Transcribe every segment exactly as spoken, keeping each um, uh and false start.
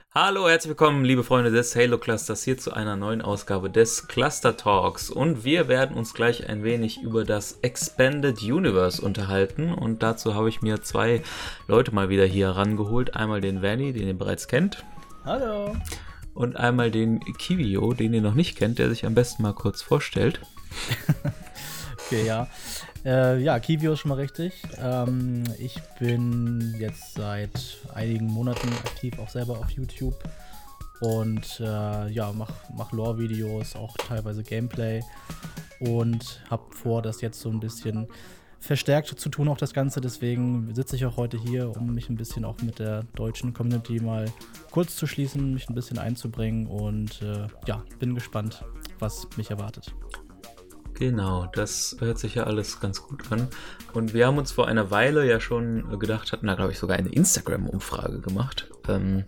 Hallo, herzlich willkommen, liebe Freunde des Halo Clusters, hier zu einer neuen Ausgabe des Cluster Talks. Und wir werden uns gleich ein wenig über das Expanded Universe unterhalten. Und dazu habe ich mir zwei Leute mal wieder hier rangeholt. Einmal den Vanny, den ihr bereits kennt. Hallo. Und einmal den Kivio, den ihr noch nicht kennt, der sich am besten mal kurz vorstellt. Okay, ja. Äh, ja, Kivio ist schon mal richtig. Ähm, ich bin jetzt seit einigen Monaten aktiv, auch selber auf YouTube. Und äh, ja, mach, mach Lore-Videos, auch teilweise Gameplay. Und hab vor, das jetzt so ein bisschen verstärkt zu tun, auch das Ganze. Deswegen sitze ich auch heute hier, um mich ein bisschen auch mit der deutschen Community mal kurz zu schließen, mich ein bisschen einzubringen. Und äh, ja, bin gespannt, was mich erwartet. Genau, das hört sich ja alles ganz gut an. Und wir haben uns vor einer Weile ja schon gedacht, hatten da glaube ich sogar eine Instagram-Umfrage gemacht ähm,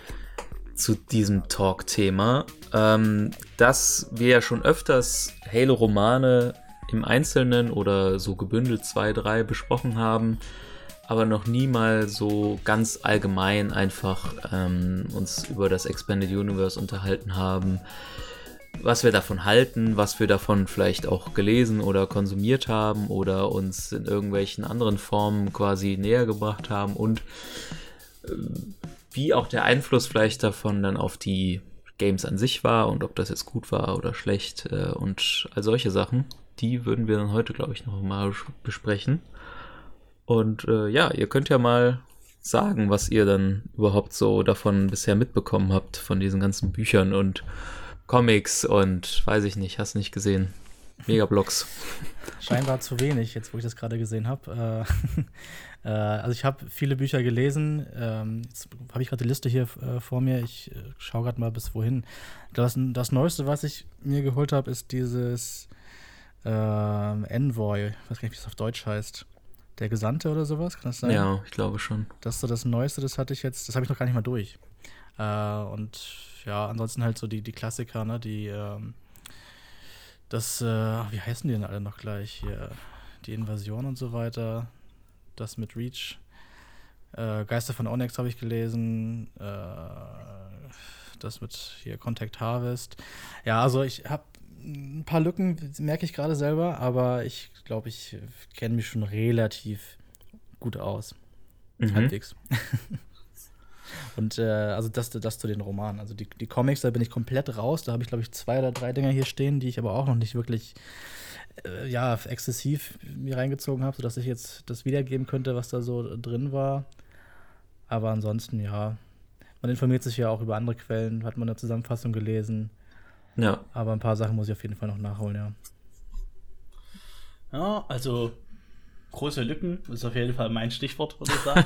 zu diesem Talk-Thema, ähm, dass wir ja schon öfters Halo-Romane im Einzelnen oder so gebündelt zwei, drei besprochen haben, aber noch nie mal so ganz allgemein einfach ähm, uns über das Expanded Universe unterhalten haben, was wir davon halten, was wir davon vielleicht auch gelesen oder konsumiert haben oder uns in irgendwelchen anderen Formen quasi näher gebracht haben und äh, wie auch der Einfluss vielleicht davon dann auf die Games an sich war und ob das jetzt gut war oder schlecht äh, und all solche Sachen, die würden wir dann heute, glaube ich, noch mal besprechen. Und äh, ja, ihr könnt ja mal sagen, was ihr dann überhaupt so davon bisher mitbekommen habt, von diesen ganzen Büchern und Comics und weiß ich nicht, hast nicht gesehen. Megablocks. Scheinbar zu wenig, jetzt wo ich das gerade gesehen habe. Äh, äh, also ich habe viele Bücher gelesen. Ähm, jetzt habe ich gerade die Liste hier äh, vor mir. Ich äh, schaue gerade mal bis wohin. Das, das Neueste, was ich mir geholt habe, ist dieses äh, Envoy. Ich weiß gar nicht, wie es auf Deutsch heißt. Der Gesandte oder sowas, kann das sein? Ja, ich glaube schon. Das ist so das Neueste, das hatte ich jetzt, das habe ich noch gar nicht mal durch. Äh, und ja, ansonsten halt so die, die Klassiker, ne, die, ähm, das, äh, wie heißen die denn alle noch gleich hier? Die Invasion und so weiter, das mit Reach, äh, Geister von Onyx habe ich gelesen, äh, das mit hier Contact Harvest. Ja, also ich habe ein paar Lücken, merke ich gerade selber, aber ich glaube, ich kenne mich schon relativ gut aus. Mhm. Halbwegs. Und äh, also das, das zu den Romanen. Also die, die Comics, da bin ich komplett raus. Da habe ich, glaube ich, zwei oder drei Dinger hier stehen, die ich aber auch noch nicht wirklich äh, ja, exzessiv mir reingezogen habe, sodass ich jetzt das wiedergeben könnte, was da so drin war. Aber ansonsten, ja, man informiert sich ja auch über andere Quellen, hat man eine Zusammenfassung gelesen. Ja. Aber ein paar Sachen muss ich auf jeden Fall noch nachholen, ja. Ja, also große Lücken ist auf jeden Fall mein Stichwort, würde ich sagen.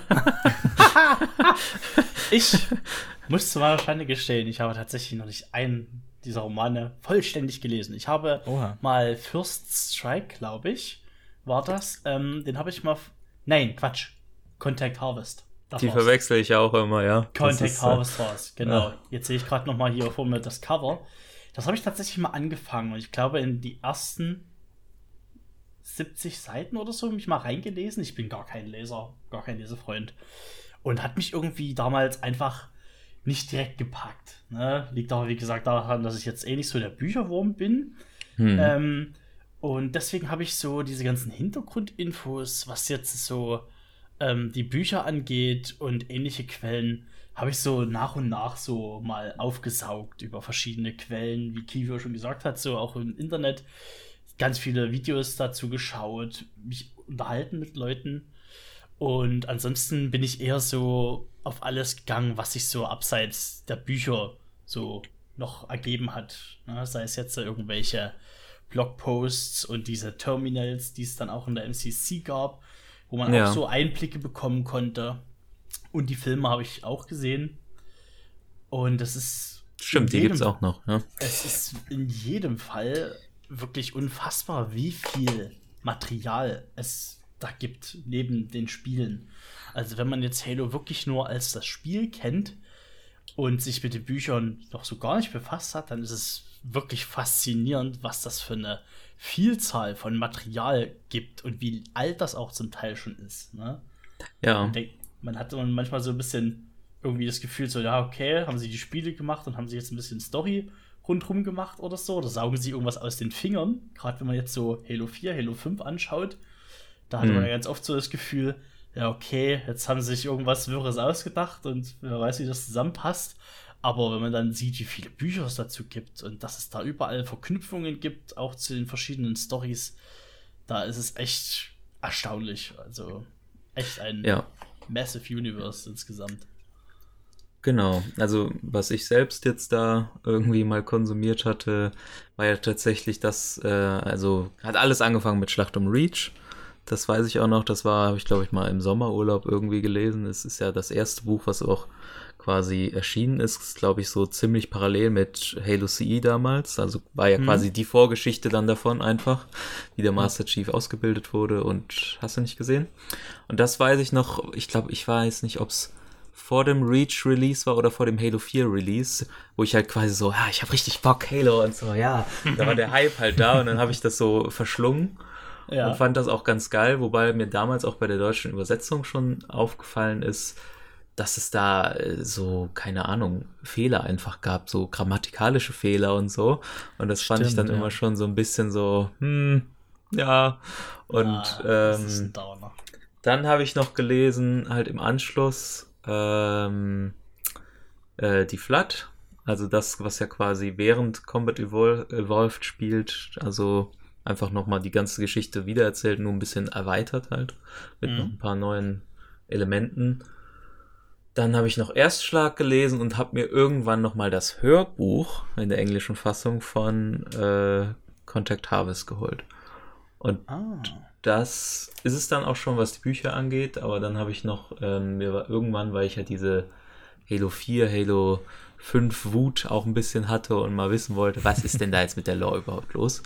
Ich muss zu meiner Schande gestehen, ich habe tatsächlich noch nicht einen dieser Romane vollständig gelesen. Ich habe Oha. mal First Strike, glaube ich, war das. Ähm, den habe ich mal. F- Nein, Quatsch. Contact Harvest. Das Die war's. Verwechsel ich auch immer, ja. Contact ist, Harvest war es, genau. Ja. Jetzt sehe ich gerade noch mal hier vor mir das Cover. Das habe ich tatsächlich mal angefangen und ich glaube, in die ersten siebzig Seiten oder so mich mal reingelesen. Ich bin gar kein Leser, gar kein Lesefreund. Und hat mich irgendwie damals einfach nicht direkt gepackt. Ne? Liegt aber, wie gesagt, daran, dass ich jetzt eh nicht so der Bücherwurm bin. Hm. Ähm, und deswegen habe ich so diese ganzen Hintergrundinfos, was jetzt so ähm, die Bücher angeht und ähnliche Quellen, habe ich so nach und nach so mal aufgesaugt über verschiedene Quellen, wie Kivio schon gesagt hat, so auch im Internet. Ganz viele Videos dazu geschaut, mich unterhalten mit Leuten. Und ansonsten bin ich eher so auf alles gegangen, was sich so abseits der Bücher so noch ergeben hat. Ne? Sei es jetzt irgendwelche Blogposts und diese Terminals, die es dann auch in der M C C gab, wo man ja. auch so Einblicke bekommen konnte. Und die Filme habe ich auch gesehen. Und das ist Stimmt, die gibt es auch noch. Ja. Es ist in jedem Fall wirklich unfassbar, wie viel Material es da gibt, neben den Spielen. Also wenn man jetzt Halo wirklich nur als das Spiel kennt und sich mit den Büchern noch so gar nicht befasst hat, dann ist es wirklich faszinierend, was das für eine Vielzahl von Material gibt und wie alt das auch zum Teil schon ist. Ne? Ja. Man, denkt, man hat manchmal so ein bisschen irgendwie das Gefühl so, ja, okay, haben sie die Spiele gemacht und haben sie jetzt ein bisschen Story rundherum gemacht oder so, oder saugen sie irgendwas aus den Fingern, gerade wenn man jetzt so Halo vier, Halo fünf anschaut, da hatte mhm. man ja ganz oft so das Gefühl, ja, okay, jetzt haben sie sich irgendwas Wirres ausgedacht und wer weiß, wie das zusammenpasst. Aber wenn man dann sieht, wie viele Bücher es dazu gibt und dass es da überall Verknüpfungen gibt, auch zu den verschiedenen Storys, da ist es echt erstaunlich. Also echt ein ja. Massive Universe insgesamt. Genau, also was ich selbst jetzt da irgendwie mal konsumiert hatte, war ja tatsächlich das, äh, also hat alles angefangen mit Schlacht um Reach. Das weiß ich auch noch, das war, habe ich glaube ich mal im Sommerurlaub irgendwie gelesen. Es ist ja das erste Buch, was auch quasi erschienen ist, glaube ich, so ziemlich parallel mit Halo C E damals. Also war ja mhm. quasi die Vorgeschichte dann davon einfach, wie der Master Chief ausgebildet wurde und hast du nicht gesehen? Und das weiß ich noch, ich glaube, ich weiß nicht, ob es vor dem Reach-Release war oder vor dem Halo vier Release, wo ich halt quasi so, ja, ich habe richtig Bock, Halo und so, ja. Da war der Hype halt da und dann habe ich das so verschlungen. Ja. Und fand das auch ganz geil, wobei mir damals auch bei der deutschen Übersetzung schon aufgefallen ist, dass es da so, keine Ahnung, Fehler einfach gab, so grammatikalische Fehler und so. Und das Stimmt, fand ich dann ja. immer schon so ein bisschen so, hm, ja. Und ah, das ähm, ist ein Downer. Dann habe ich noch gelesen, halt im Anschluss, ähm, äh, die Flood. Also das, was ja quasi während Combat Evol- Evolved spielt, also einfach nochmal die ganze Geschichte wiedererzählt, nur ein bisschen erweitert halt, mit mhm. noch ein paar neuen Elementen. Dann habe ich noch Erstschlag gelesen und habe mir irgendwann nochmal das Hörbuch in der englischen Fassung von äh, Contact Harvest geholt. Und ah. das ist es dann auch schon, was die Bücher angeht, aber dann habe ich noch, ähm, mir war, irgendwann, weil ich ja diese Halo vier, Halo fünf Wut auch ein bisschen hatte und mal wissen wollte, was ist denn da jetzt mit der Lore überhaupt los?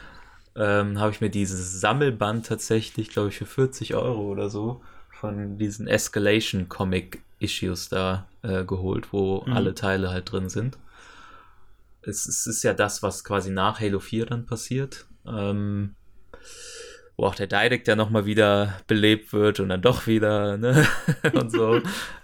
Ähm, habe ich mir dieses Sammelband tatsächlich, glaube ich, für vierzig Euro oder so von diesen Escalation-Comic-Issues da äh, geholt, wo mhm. alle Teile halt drin sind. Es, es ist ja das, was quasi nach Halo vier dann passiert, ähm, wo auch der Didact ja nochmal wieder belebt wird und dann doch wieder, ne, und so.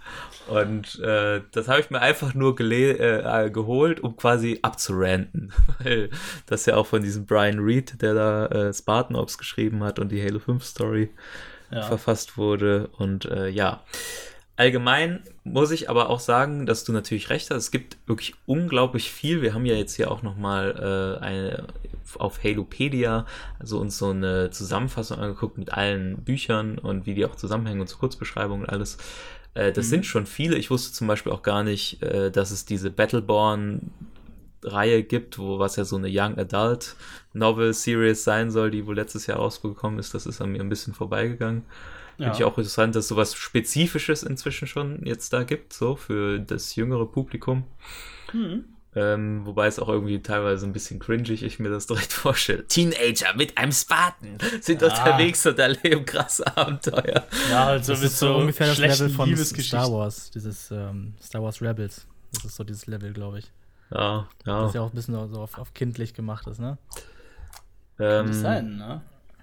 Und äh, das habe ich mir einfach nur gele- äh, geholt, um quasi abzuranten. Weil das ja auch von diesem Brian Reed, der da äh, Spartan Ops geschrieben hat und die Halo fünf Story ja. verfasst wurde. Und äh, ja, allgemein muss ich aber auch sagen, dass du natürlich recht hast. Es gibt wirklich unglaublich viel. Wir haben ja jetzt hier auch nochmal äh, eine auf Halopedia, also uns so eine Zusammenfassung angeguckt mit allen Büchern und wie die auch zusammenhängen und so Kurzbeschreibungen und alles. Das mhm. sind schon viele. Ich wusste zum Beispiel auch gar nicht, dass es diese Battleborn-Reihe gibt, wo was ja so eine Young Adult Novel Series sein soll, die wohl letztes Jahr rausgekommen ist. Das ist an mir ein bisschen vorbeigegangen. Ja. Finde ich auch interessant, dass es sowas Spezifisches inzwischen schon jetzt da gibt, so für das jüngere Publikum. Mhm. Ähm, wobei es auch irgendwie teilweise ein bisschen cringig ich mir das direkt vorstelle. Teenager mit einem Spartan sind ja. unterwegs und erleben krasse Abenteuer. Ja, also das ist so, so ungefähr das Level von Star Wars, dieses ähm, Star Wars Rebels. Das ist so dieses Level, glaube ich. Ja, ja. Das ja auch ein bisschen so auf, auf kindlich gemacht ist, ne? Ähm, Kann das sein, ne?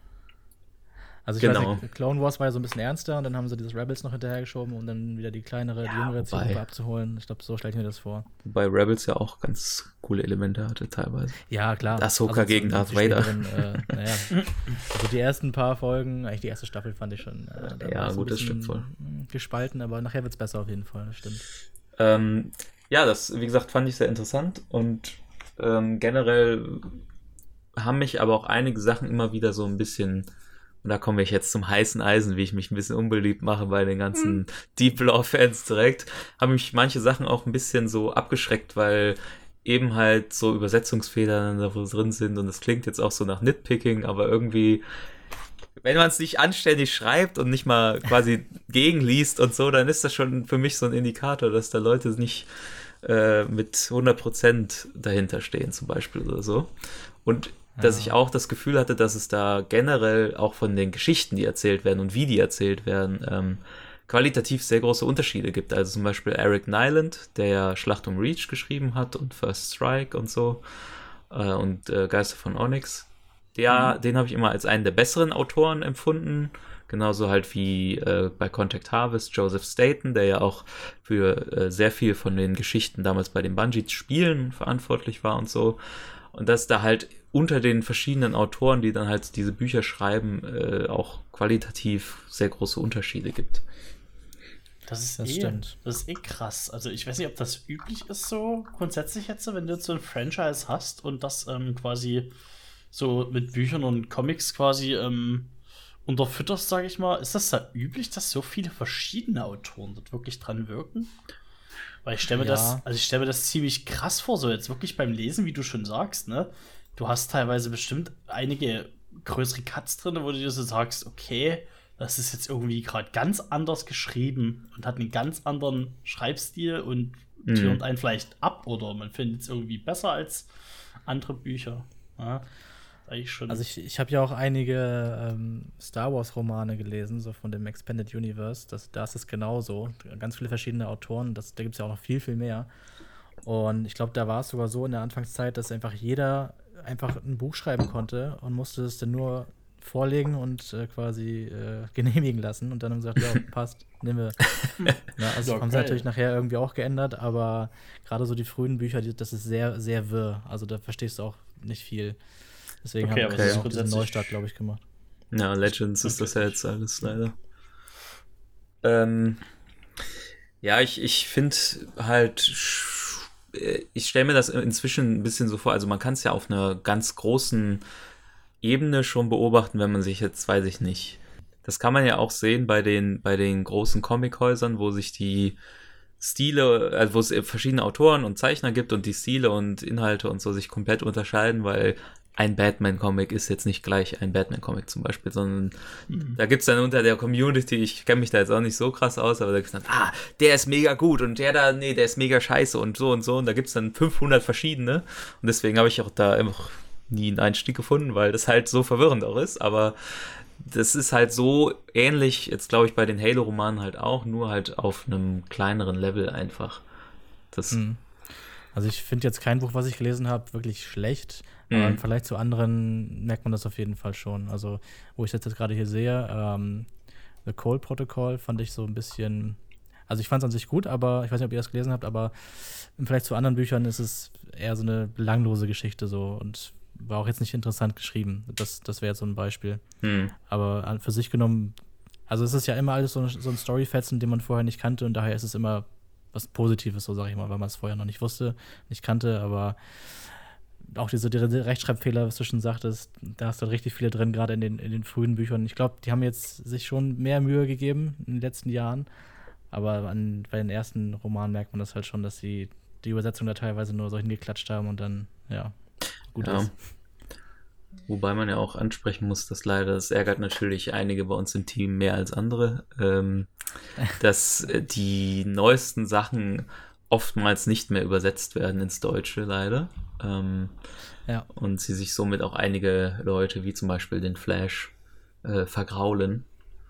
Also ich genau. weiß nicht, Clone Wars war ja so ein bisschen ernster und dann haben sie dieses Rebels noch hinterhergeschoben, um dann wieder die kleinere, ja, die jüngere Zielgruppe abzuholen. Ich glaube, so stelle ich mir das vor. Wobei Rebels ja auch ganz coole Elemente hatte teilweise. Ja, klar. Ahsoka also gegen Darth Vader. Äh, naja. Also die ersten paar Folgen, eigentlich die erste Staffel fand ich schon äh, ja, gut, das stimmt voll. Gespalten, aber nachher wird es besser auf jeden Fall, das stimmt. Ähm, ja, das, wie gesagt, fand ich sehr interessant und ähm, generell haben mich aber auch einige Sachen immer wieder so ein bisschen. Und da komme ich jetzt zum heißen Eisen, wie ich mich ein bisschen unbeliebt mache bei den ganzen mhm. Deep Lore-Fans direkt. Haben mich manche Sachen auch ein bisschen so abgeschreckt, weil eben halt so Übersetzungsfehler da drin sind und es klingt jetzt auch so nach Nitpicking, aber irgendwie, wenn man es nicht anständig schreibt und nicht mal quasi gegenliest und so, dann ist das schon für mich so ein Indikator, dass da Leute nicht äh, mit hundert Prozent dahinter stehen zum Beispiel oder so. Und dass ich auch das Gefühl hatte, dass es da generell auch von den Geschichten, die erzählt werden und wie die erzählt werden, ähm, qualitativ sehr große Unterschiede gibt. Also zum Beispiel Eric Nyland, der ja Schlacht um Reach geschrieben hat und First Strike und so äh, und äh, Geister von Onyx. Der, mhm. Den habe ich immer als einen der besseren Autoren empfunden, Genauso halt wie äh, bei Contact Harvest Joseph Staten, der ja auch für äh, sehr viel von den Geschichten damals bei den Bungie-Spielen verantwortlich war und so. Und dass da halt unter den verschiedenen Autoren, die dann halt diese Bücher schreiben, äh, auch qualitativ sehr große Unterschiede gibt. Das ist, Das eh, stimmt. das ist eh krass. Also ich weiß nicht, ob das üblich ist so grundsätzlich jetzt, wenn du jetzt so ein Franchise hast und das ähm, quasi so mit Büchern und Comics quasi ähm, unterfütterst, sage ich mal. Ist das da üblich, dass so viele verschiedene Autoren dort wirklich dran wirken? Weil ich stelle mir Ja. das, also ich stelle mir das ziemlich krass vor, so jetzt wirklich beim Lesen, wie du schon sagst, ne? Du hast teilweise bestimmt einige größere Cuts drin, wo du dir so sagst, okay, das ist jetzt irgendwie gerade ganz anders geschrieben und hat einen ganz anderen Schreibstil und Mhm. türmt einen vielleicht ab oder man findet es irgendwie besser als andere Bücher. Ja, eigentlich schon. Also ich, ich habe ja auch einige ähm, Star Wars Romane gelesen, so von dem Expanded Universe. Das, da ist es genauso. Ganz viele verschiedene Autoren, das, da gibt es ja auch noch viel, viel mehr. Und ich glaube, da war es sogar so in der Anfangszeit, dass einfach jeder einfach ein Buch schreiben konnte und musste es dann nur vorlegen und äh, quasi äh, genehmigen lassen. Und dann haben sie gesagt, ja, passt, nehmen wir. Ja, also Ja, haben sie geil. natürlich nachher irgendwie auch geändert, aber gerade so die frühen Bücher, die, das ist sehr, sehr wirr. Also da verstehst du auch nicht viel. Deswegen Okay, haben aber wir das ist auch diesen grundsätzlich- Neustart, glaube ich, gemacht. Ja, Legends ist das ja jetzt alles leider. Ähm, ja, ich, ich finde halt, sch- äh, ich stelle mir das inzwischen ein bisschen so vor, also man kann es ja auf einer ganz großen Ebene schon beobachten, wenn man sich jetzt, weiß ich nicht. Das kann man ja auch sehen bei den, bei den großen Comichäusern, wo sich die Stile, also wo es verschiedene Autoren und Zeichner gibt und die Stile und Inhalte und so sich komplett unterscheiden, weil ein Batman-Comic ist jetzt nicht gleich ein Batman-Comic zum Beispiel, sondern da gibt es dann unter der Community, ich kenne mich da jetzt auch nicht so krass aus, aber da gibt es dann, ah, der ist mega gut und der da, nee, der ist mega scheiße und so und so und da gibt es dann fünfhundert verschiedene und deswegen habe ich auch da einfach nie einen Einstieg gefunden, weil das halt so verwirrend auch ist, aber das ist halt so ähnlich, jetzt glaube ich bei den Halo-Romanen halt auch, nur halt auf einem kleineren Level einfach. Das, Mhm. Also ich finde jetzt kein Buch, was ich gelesen habe, wirklich schlecht. Aber Mhm. im Vergleich zu anderen merkt man das auf jeden Fall schon. Also, wo ich das jetzt gerade hier sehe, ähm, The Cole Protocol fand ich so ein bisschen. Also ich fand es an sich gut, aber ich weiß nicht, ob ihr das gelesen habt, aber im Vergleich zu anderen Büchern ist es eher so eine belanglose Geschichte so und war auch jetzt nicht interessant geschrieben. Das, das wäre jetzt so ein Beispiel. hm. Aber an- für sich genommen, also es ist ja immer alles so, so ein Storyfetzen, den man vorher nicht kannte und daher ist es immer was Positives, so sag ich mal, weil man es vorher noch nicht wusste, nicht kannte, aber auch diese die Rechtschreibfehler, was du schon sagtest, da hast du richtig viele drin, gerade in den, in den frühen Büchern. Ich glaube, die haben jetzt sich schon mehr Mühe gegeben in den letzten Jahren, aber an, bei den ersten Romanen merkt man das halt schon, dass sie die Übersetzung da teilweise nur so hingeklatscht haben und dann, ja, gut Ja. ist. Wobei man ja auch ansprechen muss, dass leider, das ärgert natürlich einige bei uns im Team mehr als andere, ähm, dass äh, die neuesten Sachen oftmals nicht mehr übersetzt werden ins Deutsche, leider. Ähm, Ja. und sie sich somit auch einige Leute, wie zum Beispiel den Flash, äh, vergraulen.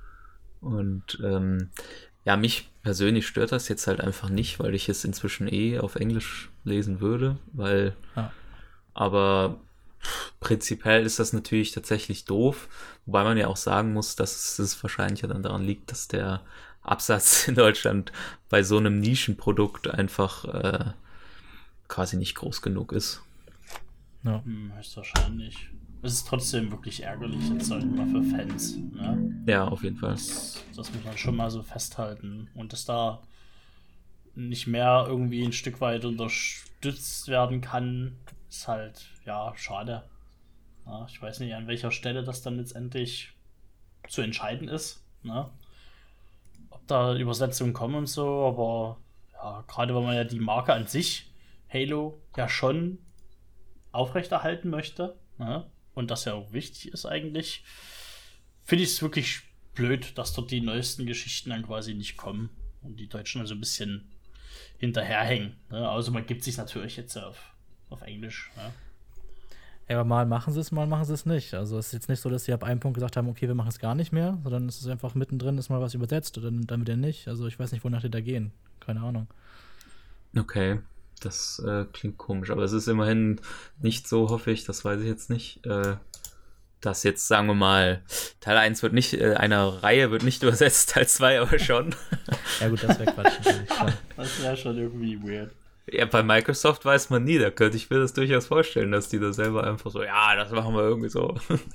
Und ähm, ja, mich persönlich stört das jetzt halt einfach nicht, weil ich es inzwischen eh auf Englisch lesen würde, weil Ja. aber pff, prinzipiell ist das natürlich tatsächlich doof, wobei man ja auch sagen muss, dass es wahrscheinlich ja dann daran liegt, dass der Absatz in Deutschland bei so einem Nischenprodukt einfach äh, quasi nicht groß genug ist. Ja. Hm, höchstwahrscheinlich. Es ist trotzdem wirklich ärgerlich, jetzt sag ich mal, für Fans. Ne? Ja, auf jeden Fall. Das, das muss man schon mal so festhalten. Und dass da nicht mehr irgendwie ein Stück weit unterstützt werden kann, ist halt, ja, schade. Ja, ich weiß nicht, an welcher Stelle das dann letztendlich zu entscheiden ist. Ne? Ob da Übersetzungen kommen und so, aber ja, gerade weil man ja die Marke an sich, Halo, ja schon aufrechterhalten möchte, ne? Und das ja auch wichtig ist eigentlich, finde ich es wirklich blöd, dass dort die neuesten Geschichten dann quasi nicht kommen und die Deutschen also ein bisschen hinterherhängen. Ne? Also man gibt sich natürlich jetzt auf, auf Englisch. Ne? Ja, aber mal machen sie es, mal machen sie es nicht. Also es ist jetzt nicht so, dass sie ab einem Punkt gesagt haben, okay, wir machen es gar nicht mehr, sondern es ist einfach mittendrin, ist mal was übersetzt oder dann wieder nicht. Also ich weiß nicht, wonach die da gehen. Keine Ahnung. Okay, das äh, klingt komisch, aber es ist immerhin nicht so, hoffe ich, das weiß ich jetzt nicht, äh, dass jetzt, sagen wir mal, Teil eins wird nicht, äh, einer Reihe wird nicht übersetzt, Teil zwei aber schon. Ja gut, das wäre Quatsch. Schon. Das wäre schon irgendwie weird. Ja, bei Microsoft weiß man nie, da könnte ich mir das durchaus vorstellen, dass die da selber einfach so, ja, das machen wir irgendwie so.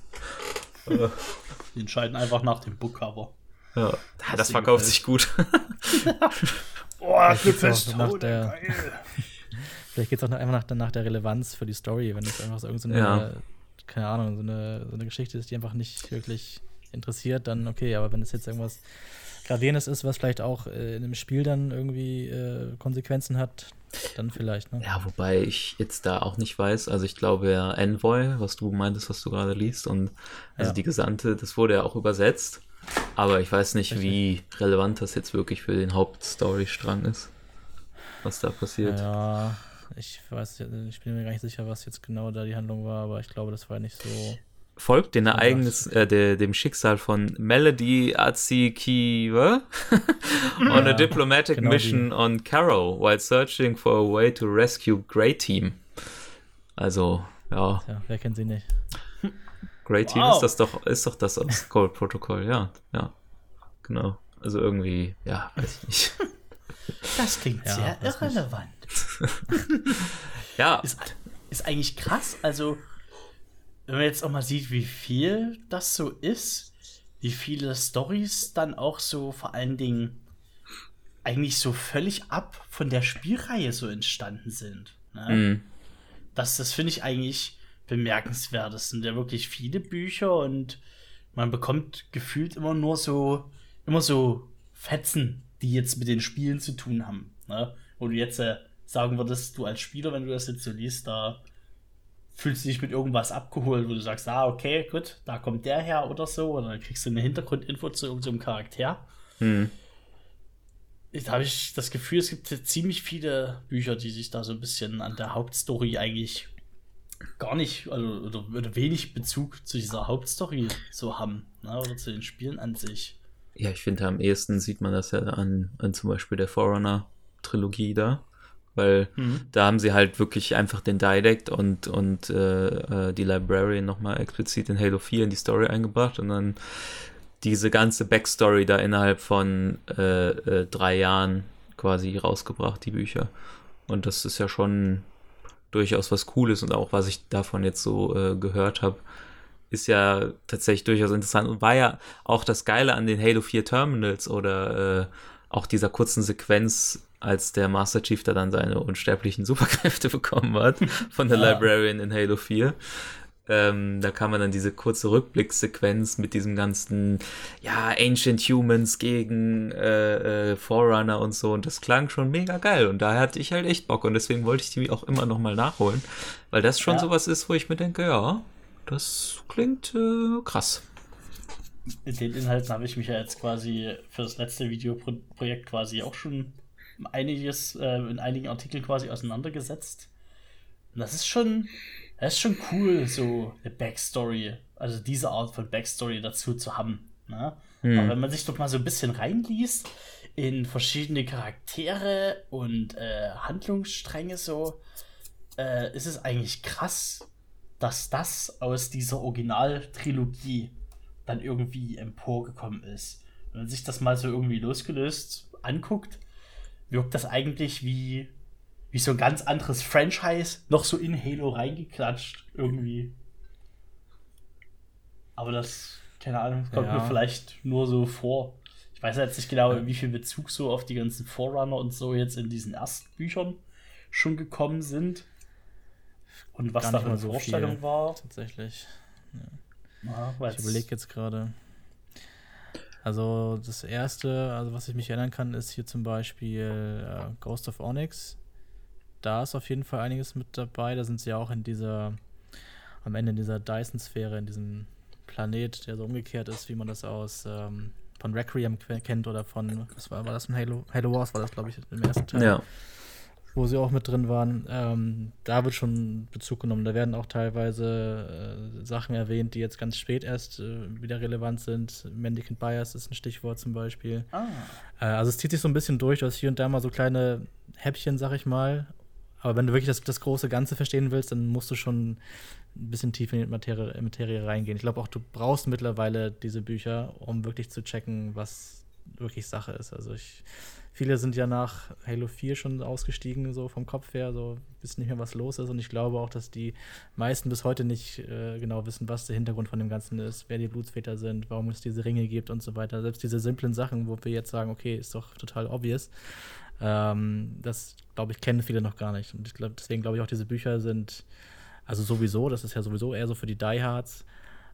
Die entscheiden einfach nach dem Bookcover. Ja, das, das verkauft sich gut. Boah, das ist nach der... Vielleicht geht es auch noch einfach nach, nach der Relevanz für die Story, wenn es einfach so irgendeine, ja. keine Ahnung, so eine, so eine Geschichte ist, die einfach nicht wirklich interessiert, dann okay, aber wenn es jetzt irgendwas Gravierendes ist, was vielleicht auch äh, in einem Spiel dann irgendwie äh, Konsequenzen hat, dann vielleicht, ne? Ja, wobei ich jetzt da auch nicht weiß, also ich glaube ja Envoy, was du meintest, was du gerade liest, und also ja. die Gesandte, das wurde ja auch übersetzt, aber ich weiß nicht, Richtig. wie relevant das jetzt wirklich für den Hauptstorystrang ist, was da passiert. Ja, ich weiß, ich bin mir gar nicht sicher, was jetzt genau da die Handlung war, aber ich glaube, das war nicht so... Folgt den Ereignis, äh, de, dem Schicksal von Melody Azikiwe on a diplomatic genau mission die. on Caro while searching for a way to rescue Grey Team. Also, ja. ja wer kennt sie nicht? Grey Team wow. ist das doch, ist doch das aus Cold Protocol, ja, ja. Genau. Also irgendwie, ja, weiß ich nicht. Das klingt ja, sehr irrelevant. ja. Ist, ist eigentlich krass, also wenn man jetzt auch mal sieht, wie viel das so ist, wie viele Storys dann auch so vor allen Dingen eigentlich so völlig ab von der Spielreihe so entstanden sind. Ne? Mhm. Das, das finde ich eigentlich bemerkenswert. Das sind ja wirklich viele Bücher und man bekommt gefühlt immer nur so, immer so Fetzen, die jetzt mit den Spielen zu tun haben. Ne? Wo du jetzt äh, sagen würdest, du als Spieler, wenn du das jetzt so liest, da fühlst du dich mit irgendwas abgeholt, wo du sagst, ah, okay, gut, da kommt der her oder so, oder dann kriegst du eine Hintergrundinfo zu irgendeinem Charakter. Hm. Da habe ich das Gefühl, es gibt ziemlich viele Bücher, die sich da so ein bisschen an der Hauptstory eigentlich gar nicht, also, oder, oder wenig Bezug zu dieser Hauptstory so haben, ne, oder zu den Spielen an sich. Ja, ich finde, am ehesten sieht man das ja an, an zum Beispiel der Forerunner-Trilogie da. Weil mhm. da haben sie halt wirklich einfach den Didact und, und äh, die Librarian nochmal explizit in Halo vier in die Story eingebracht und dann diese ganze Backstory da innerhalb von äh, äh, drei Jahren quasi rausgebracht, die Bücher. Und das ist ja schon durchaus was Cooles und auch was ich davon jetzt so äh, gehört habe, ist ja tatsächlich durchaus interessant und war ja auch das Geile an den Halo vier Terminals oder äh, auch dieser kurzen Sequenz, als der Master Chief da dann seine unsterblichen Superkräfte bekommen hat von der ja. Librarian in Halo vier. Ähm, da kam man dann diese kurze Rückblickssequenz mit diesem ganzen, ja, Ancient Humans gegen äh, äh, Forerunner und so und das klang schon mega geil und da hatte ich halt echt Bock und deswegen wollte ich die auch immer nochmal nachholen, weil das schon ja. sowas ist, wo ich mir denke, ja, das klingt äh, krass. In den Inhalten habe ich mich ja jetzt quasi für das letzte Videoprojekt quasi auch schon einiges, äh, in einigen Artikeln quasi auseinandergesetzt. Und das ist schon, das ist schon cool, so eine Backstory, also diese Art von Backstory dazu zu haben. Ne? Hm. Aber wenn man sich doch mal so ein bisschen reinliest in verschiedene Charaktere und äh, Handlungsstränge so, äh, ist es eigentlich krass, dass das aus dieser Originaltrilogie dann irgendwie emporgekommen ist. Wenn man sich das mal so irgendwie losgelöst anguckt, wirkt das eigentlich wie, wie so ein ganz anderes Franchise noch so in Halo reingeklatscht irgendwie. Aber das, keine Ahnung, kommt ja. mir vielleicht nur so vor. Ich weiß jetzt nicht genau, wie viel Bezug so auf die ganzen Forerunner und so jetzt in diesen ersten Büchern schon gekommen sind. Und was da für eine so Vorstellung viel, war. Tatsächlich. Ja. Ja, ich überlege jetzt gerade. Also das erste, also was ich mich erinnern kann, ist hier zum Beispiel äh, Ghost of Onyx. Da ist auf jeden Fall einiges mit dabei. Da sind sie ja auch in dieser, am Ende in dieser Dyson-Sphäre, in diesem Planet, der so umgekehrt ist, wie man das aus ähm, von Requiem kennt oder von, was war, war das in Halo? Halo Wars war das, glaube ich, im ersten Teil. Ja. Wo sie auch mit drin waren, ähm, da wird schon Bezug genommen. Da werden auch teilweise äh, Sachen erwähnt, die jetzt ganz spät erst äh, wieder relevant sind. Mendicant Bias ist ein Stichwort zum Beispiel. Ah. Äh, also es zieht sich so ein bisschen durch, dass hier und da mal so kleine Häppchen, sag ich mal, Aber wenn du wirklich das, das große Ganze verstehen willst, dann musst du schon ein bisschen tief in die Materie, Materie reingehen. Ich glaube auch, du brauchst mittlerweile diese Bücher, um wirklich zu checken, was wirklich Sache ist. Also ich, viele sind ja nach Halo vier schon ausgestiegen, so vom Kopf her, so wissen nicht mehr, was los ist. Und ich glaube auch, dass die meisten bis heute nicht äh, genau wissen, was der Hintergrund von dem Ganzen ist, wer die Blutsväter sind, warum es diese Ringe gibt und so weiter. Selbst diese simplen Sachen, wo wir jetzt sagen, okay, ist doch total obvious. Ähm, das, glaube ich, kennen viele noch gar nicht. Und ich glaube, deswegen glaube ich auch, diese Bücher sind, also sowieso, das ist ja sowieso eher so für die Diehards,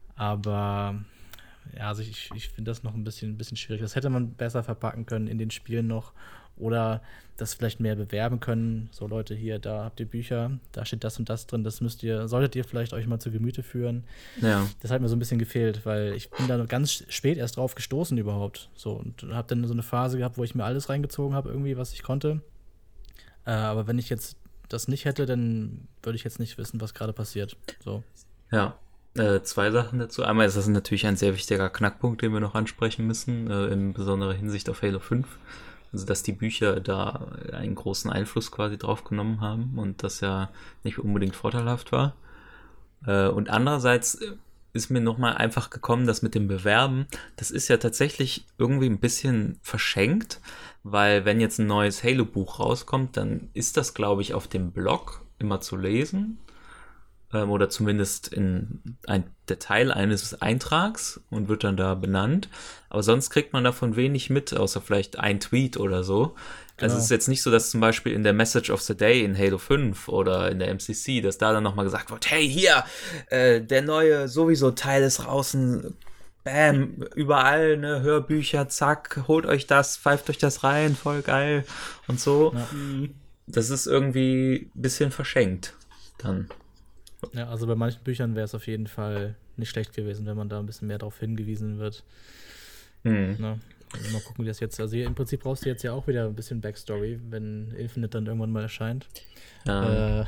aber ja, also ich, ich finde das noch ein bisschen, ein bisschen schwierig. Das hätte man besser verpacken können in den Spielen noch oder das vielleicht mehr bewerben können. So Leute, hier, da habt ihr Bücher, da steht das und das drin, das müsst ihr, solltet ihr vielleicht euch mal zu Gemüte führen. Ja. Das hat mir so ein bisschen gefehlt, weil ich bin da ganz spät erst drauf gestoßen überhaupt. So, und habe dann so eine Phase gehabt, wo ich mir alles reingezogen habe, irgendwie, was ich konnte. Äh, aber wenn ich jetzt das nicht hätte, dann würde ich jetzt nicht wissen, was gerade passiert. So. Ja. Äh, zwei Sachen dazu. Einmal ist das natürlich ein sehr wichtiger Knackpunkt, den wir noch ansprechen müssen, äh, in besonderer Hinsicht auf Halo fünf. Also, dass die Bücher da einen großen Einfluss quasi drauf genommen haben und das ja nicht unbedingt vorteilhaft war. Äh, und andererseits ist mir nochmal einfach gekommen, dass mit dem Bewerben, das ist ja tatsächlich irgendwie ein bisschen verschenkt, weil wenn jetzt ein neues Halo-Buch rauskommt, dann ist das, glaube ich, auf dem Blog immer zu lesen. Oder zumindest in ein, der Teil eines Eintrags und wird dann da benannt. Aber sonst kriegt man davon wenig mit, außer vielleicht ein Tweet oder so. Genau. Also es ist jetzt nicht so, dass zum Beispiel in der Message of the Day in Halo fünf oder in der M C C, dass da dann nochmal gesagt wird, hey, hier, äh, der neue sowieso Teil ist draußen, bam, überall, ne, Hörbücher, zack, holt euch das, pfeift euch das rein, voll geil und so. Ja. Das ist irgendwie ein bisschen verschenkt dann. Ja, also bei manchen Büchern wäre es auf jeden Fall nicht schlecht gewesen, wenn man da ein bisschen mehr darauf hingewiesen wird. Mhm. Na, also mal gucken, wie das jetzt, also im Prinzip brauchst du jetzt ja auch wieder ein bisschen Backstory, wenn Infinite dann irgendwann mal erscheint. Ja. Äh,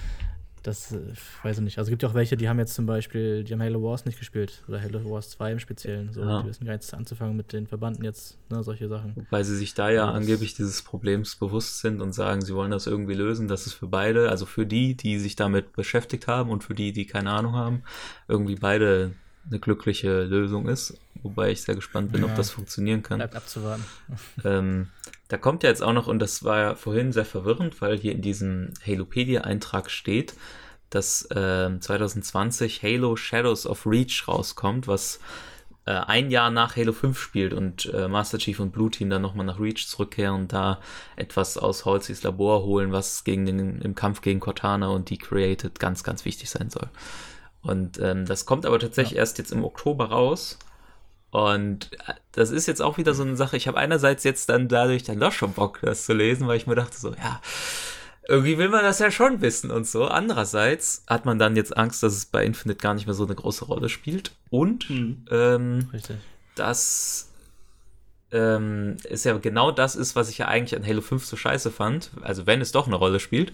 das, ich weiß ich nicht. Also es gibt ja auch welche, die haben jetzt zum Beispiel, die haben Halo Wars nicht gespielt oder Halo Wars zwei im Speziellen. So, ja. Die wissen gar nicht anzufangen mit den Verbanden jetzt, ne, solche Sachen. Weil sie sich da ja, ja angeblich dieses Problems bewusst sind und sagen, sie wollen das irgendwie lösen, dass es für beide, also für die, die sich damit beschäftigt haben und für die, die keine Ahnung haben, irgendwie beide eine glückliche Lösung ist. Wobei ich sehr gespannt bin, ja. ob das funktionieren kann. Bleibt abzuwarten. Ähm, da kommt ja jetzt auch noch, und das war ja vorhin sehr verwirrend, weil hier in diesem Halopedia-Eintrag steht, dass äh, zwanzig zwanzig Halo Shadows of Reach rauskommt, was äh, ein Jahr nach Halo fünf spielt und äh, Master Chief und Blue Team dann nochmal nach Reach zurückkehren und da etwas aus Halseys Labor holen, was gegen den, im Kampf gegen Cortana und die Created ganz, ganz wichtig sein soll. Und ähm, das kommt aber tatsächlich ja. erst jetzt im Oktober raus. Und das ist jetzt auch wieder so eine Sache, ich habe einerseits jetzt dann dadurch dann doch schon Bock, das zu lesen, weil ich mir dachte so, ja, irgendwie will man das ja schon wissen und so. Andererseits hat man dann jetzt Angst, dass es bei Infinite gar nicht mehr so eine große Rolle spielt. Und mhm. ähm, das ähm, ist ja genau das ist, was ich ja eigentlich an Halo fünf so scheiße fand. Also wenn es doch eine Rolle spielt,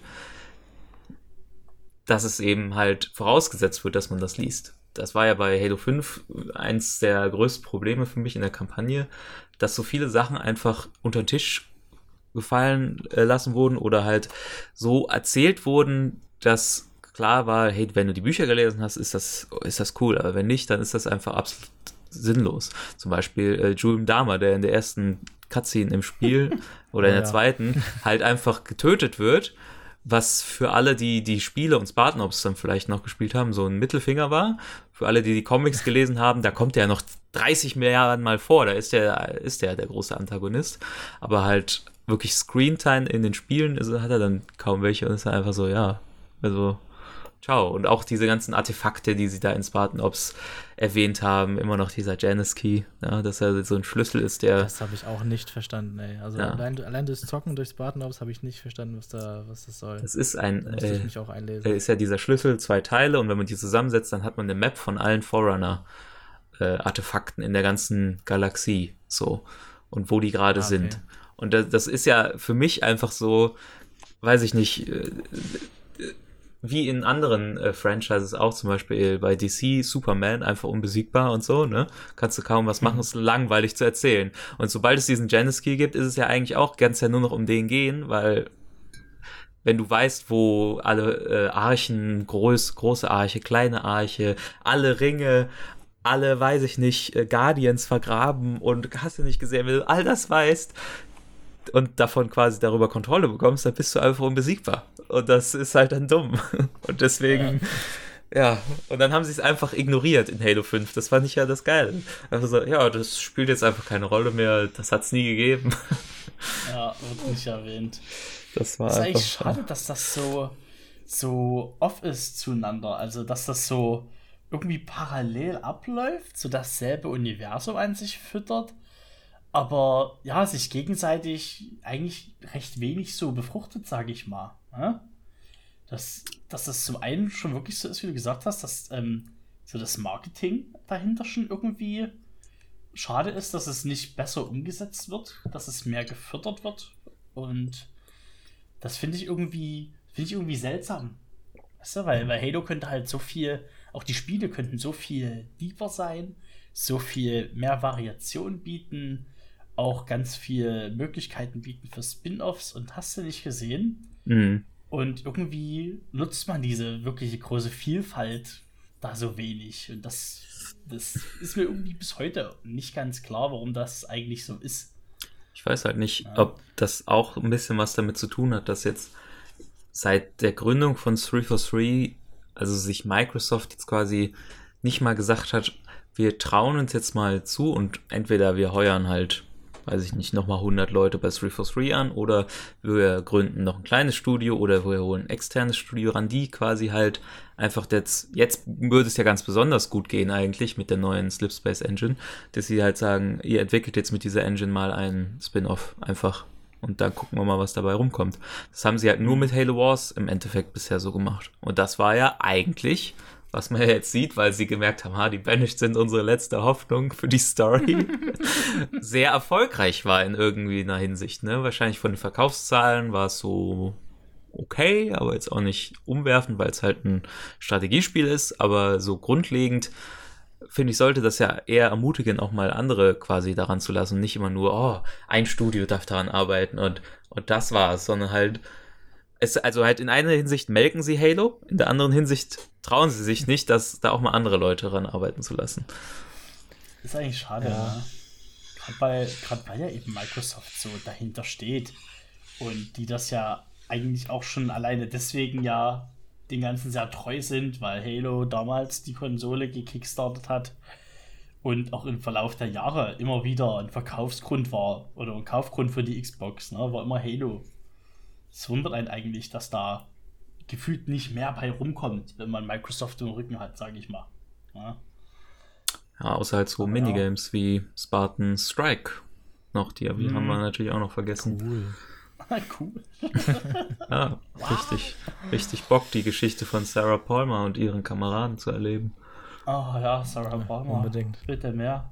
dass es eben halt vorausgesetzt wird, dass man das liest. Das war ja bei Halo fünf eins der größten Probleme für mich in der Kampagne, dass so viele Sachen einfach unter den Tisch gefallen äh, lassen wurden oder halt so erzählt wurden, dass klar war, hey, wenn du die Bücher gelesen hast, ist das, ist das cool, aber wenn nicht, dann ist das einfach absolut sinnlos. Zum Beispiel äh, Julian Dahmer, der in der ersten Cutscene im Spiel oder in der ja. zweiten halt einfach getötet wird, was für alle, die die Spiele und Spartan Ops dann vielleicht noch gespielt haben, so ein Mittelfinger war. Für alle, die die Comics gelesen haben, da kommt der ja noch dreißig Milliarden Mal vor, da ist der, ist der der große Antagonist. Aber halt wirklich Screentime in den Spielen ist, hat er dann kaum welche und ist einfach so, ja, also ciao. Und auch diese ganzen Artefakte, die sie da in Spartan Ops erwähnt haben, immer noch dieser Janus Key, ja, dass er so ein Schlüssel ist, der... Das habe ich auch nicht verstanden, ey. Also ja. allein, allein das Zocken durch Spartan Ops habe ich nicht verstanden, was da, was das soll. Das ist ein... Da musste ich mich auch einlesen. Ist ja dieser Schlüssel, zwei Teile, und wenn man die zusammensetzt, dann hat man eine Map von allen Forerunner-Artefakten äh, in der ganzen Galaxie, so. Und wo die gerade ah, okay. sind. Und das, das ist ja für mich einfach so, weiß ich nicht... Äh, wie in anderen äh, Franchises auch, zum Beispiel bei D C, Superman, einfach unbesiegbar und so, ne? Kannst du kaum was machen, ist langweilig zu erzählen. Und sobald es diesen Janus Key gibt, ist es ja eigentlich auch ganz ja nur noch um den gehen, weil wenn du weißt, wo alle äh, Archen, groß, große Arche, kleine Arche, alle Ringe, alle, weiß ich nicht, äh, Guardians vergraben und hast du nicht gesehen, wenn du all das weißt und davon quasi darüber Kontrolle bekommst, dann bist du einfach unbesiegbar. Und das ist halt dann dumm. Und deswegen, ja, ja. Und dann haben sie es einfach ignoriert in Halo fünf. Das fand ich ja das Geile. Also so, ja, das spielt jetzt einfach keine Rolle mehr, das hat es nie gegeben. Ja, wird nicht erwähnt. Das war das ist einfach eigentlich schade, dass das so, so off ist zueinander. Also, dass das so irgendwie parallel abläuft, so dasselbe Universum an sich füttert, aber ja, sich gegenseitig eigentlich recht wenig so befruchtet, sage ich mal. Ja? Dass, dass das zum einen schon wirklich so ist, wie du gesagt hast, dass ähm, so das Marketing dahinter schon irgendwie schade ist, dass es nicht besser umgesetzt wird, dass es mehr gefördert wird, und das finde ich irgendwie finde ich irgendwie seltsam. Weißt du, weil, weil Halo könnte halt so viel, auch die Spiele könnten so viel deeper sein, so viel mehr Variation bieten, auch ganz viele Möglichkeiten bieten für Spin-Offs, und hast du nicht gesehen? Mhm. Und irgendwie nutzt man diese wirkliche große Vielfalt da so wenig. Und das, das ist mir irgendwie bis heute nicht ganz klar, warum das eigentlich so ist. Ich weiß halt nicht, Ja. ob das auch ein bisschen was damit zu tun hat, dass jetzt seit der Gründung von drei vier drei, also sich Microsoft jetzt quasi nicht mal gesagt hat, wir trauen uns jetzt mal zu und entweder wir heuern halt, weiß ich nicht, nochmal hundert Leute bei drei vier drei an, oder wir gründen noch ein kleines Studio, oder wir holen ein externes Studio ran, die quasi halt einfach jetzt, jetzt würde es ja ganz besonders gut gehen eigentlich mit der neuen Slipspace Engine, dass sie halt sagen, ihr entwickelt jetzt mit dieser Engine mal einen Spin-off einfach. Und dann gucken wir mal, was dabei rumkommt. Das haben sie halt nur mit Halo Wars im Endeffekt bisher so gemacht. Und das war ja eigentlich, was man ja jetzt sieht, weil sie gemerkt haben, ha, die Banished sind unsere letzte Hoffnung für die Story, sehr erfolgreich war in irgendwie einer Hinsicht. Ne? Wahrscheinlich von den Verkaufszahlen war es so okay, aber jetzt auch nicht umwerfend, weil es halt ein Strategiespiel ist. Aber so grundlegend, finde ich, sollte das ja eher ermutigen, auch mal andere quasi daran zu lassen. Nicht immer nur, oh, ein Studio darf daran arbeiten und, und das war's, sondern halt, es, also halt in einer Hinsicht melken sie Halo, in der anderen Hinsicht trauen sie sich nicht, dass da auch mal andere Leute daran arbeiten zu lassen. Das ist eigentlich schade, Ja. ne? Gerade weil, gerade weil ja eben Microsoft so dahinter steht und die das ja eigentlich auch schon alleine deswegen ja den Ganzen sehr treu sind, weil Halo damals die Konsole gekickstartet hat und auch im Verlauf der Jahre immer wieder ein Verkaufsgrund war oder ein Kaufgrund für die Xbox, ne, war immer Halo. Es wundert einen eigentlich, dass da gefühlt nicht mehr bei rumkommt, wenn man Microsoft im Rücken hat, sage ich mal. Ja. Ja, außer halt so Aber Minigames wie Spartan Strike noch, die, die Mhm. haben wir natürlich auch noch vergessen. Cool. Cool. Ja, richtig, richtig Bock, die Geschichte von Sarah Palmer und ihren Kameraden zu erleben. Oh ja, Sarah Palmer. Unbedingt. Bitte mehr.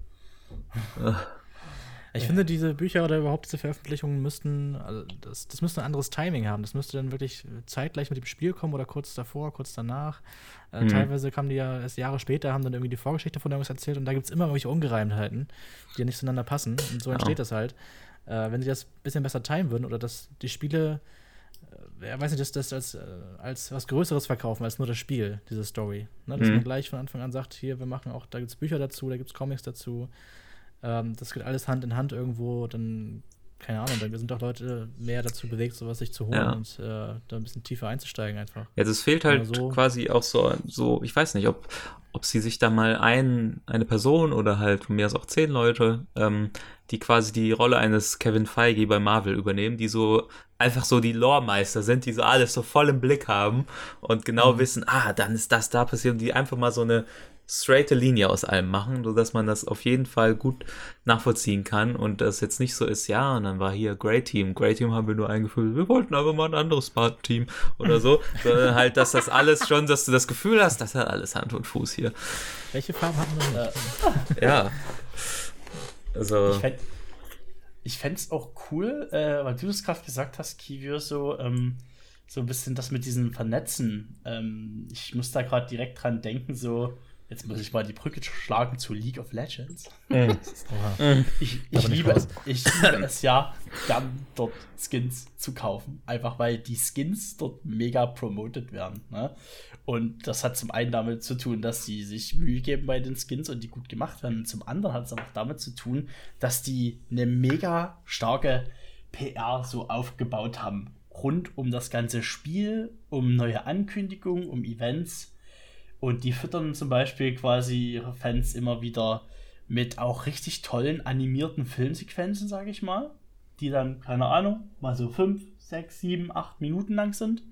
Ich finde, diese Bücher oder überhaupt diese Veröffentlichungen müssten, also das, das müsste ein anderes Timing haben. Das müsste dann wirklich zeitgleich mit dem Spiel kommen oder kurz davor, kurz danach. Äh, Mhm. Teilweise kamen die ja erst Jahre später, haben dann irgendwie die Vorgeschichte von irgendwas erzählt, und da gibt es immer irgendwelche Ungereimtheiten, die ja nicht zueinander passen. Und so entsteht Ja. das halt. Äh, wenn sie das ein bisschen besser timen würden oder dass die Spiele, äh, ja, weiß nicht, dass das als, äh, als was Größeres verkaufen als nur das Spiel, diese Story. Ne? Dass Mhm. man gleich von Anfang an sagt, hier, wir machen auch, da gibt es Bücher dazu, da gibt es Comics dazu. Ähm, das geht alles Hand in Hand irgendwo, dann, keine Ahnung, dann sind doch Leute mehr dazu bewegt, sowas sich zu holen Ja. und äh, da ein bisschen tiefer einzusteigen einfach. Jetzt, es fehlt halt Aber so- quasi auch so, so, ich weiß nicht, ob, ob sie sich da mal ein, eine Person oder halt von mir aus auch zehn Leute, ähm, die quasi die Rolle eines Kevin Feige bei Marvel übernehmen, die so einfach so die Lore-Meister sind, die so alles so voll im Blick haben und genau Mhm. wissen, ah, dann ist das da passiert, und die einfach mal so eine straighte Linie aus allem machen, sodass man das auf jeden Fall gut nachvollziehen kann und das jetzt nicht so ist, ja, und dann war hier Grey Team, Grey Team haben wir nur eingeführt, wir wollten aber mal ein anderes Spartan-Team oder so, sondern halt, dass das alles schon, dass du das Gefühl hast, das hat alles Hand und Fuß hier. Welche Farben hatten wir noch? Ja. Also, Ich fänd, ich fänd's auch cool, äh, weil du das gerade gesagt hast, Kivio, so, ähm, so ein bisschen das mit diesem Vernetzen. Ähm, ich muss da gerade direkt dran denken, so jetzt muss ich mal die Brücke schlagen zu League of Legends. Mhm. Ich, ich, liebe es, ich liebe es ja, gern dort Skins zu kaufen. Einfach weil die Skins dort mega promoted werden. Ne? Und das hat zum einen damit zu tun, dass sie sich Mühe geben bei den Skins und die gut gemacht werden. Und zum anderen hat es aber auch damit zu tun, dass die eine mega starke P R so aufgebaut haben. Rund um das ganze Spiel, um neue Ankündigungen, um Events. Und die füttern zum Beispiel quasi ihre Fans immer wieder mit auch richtig tollen animierten Filmsequenzen, sage ich mal. Die dann, keine Ahnung, mal so fünf, sechs, sieben, acht Minuten lang sind.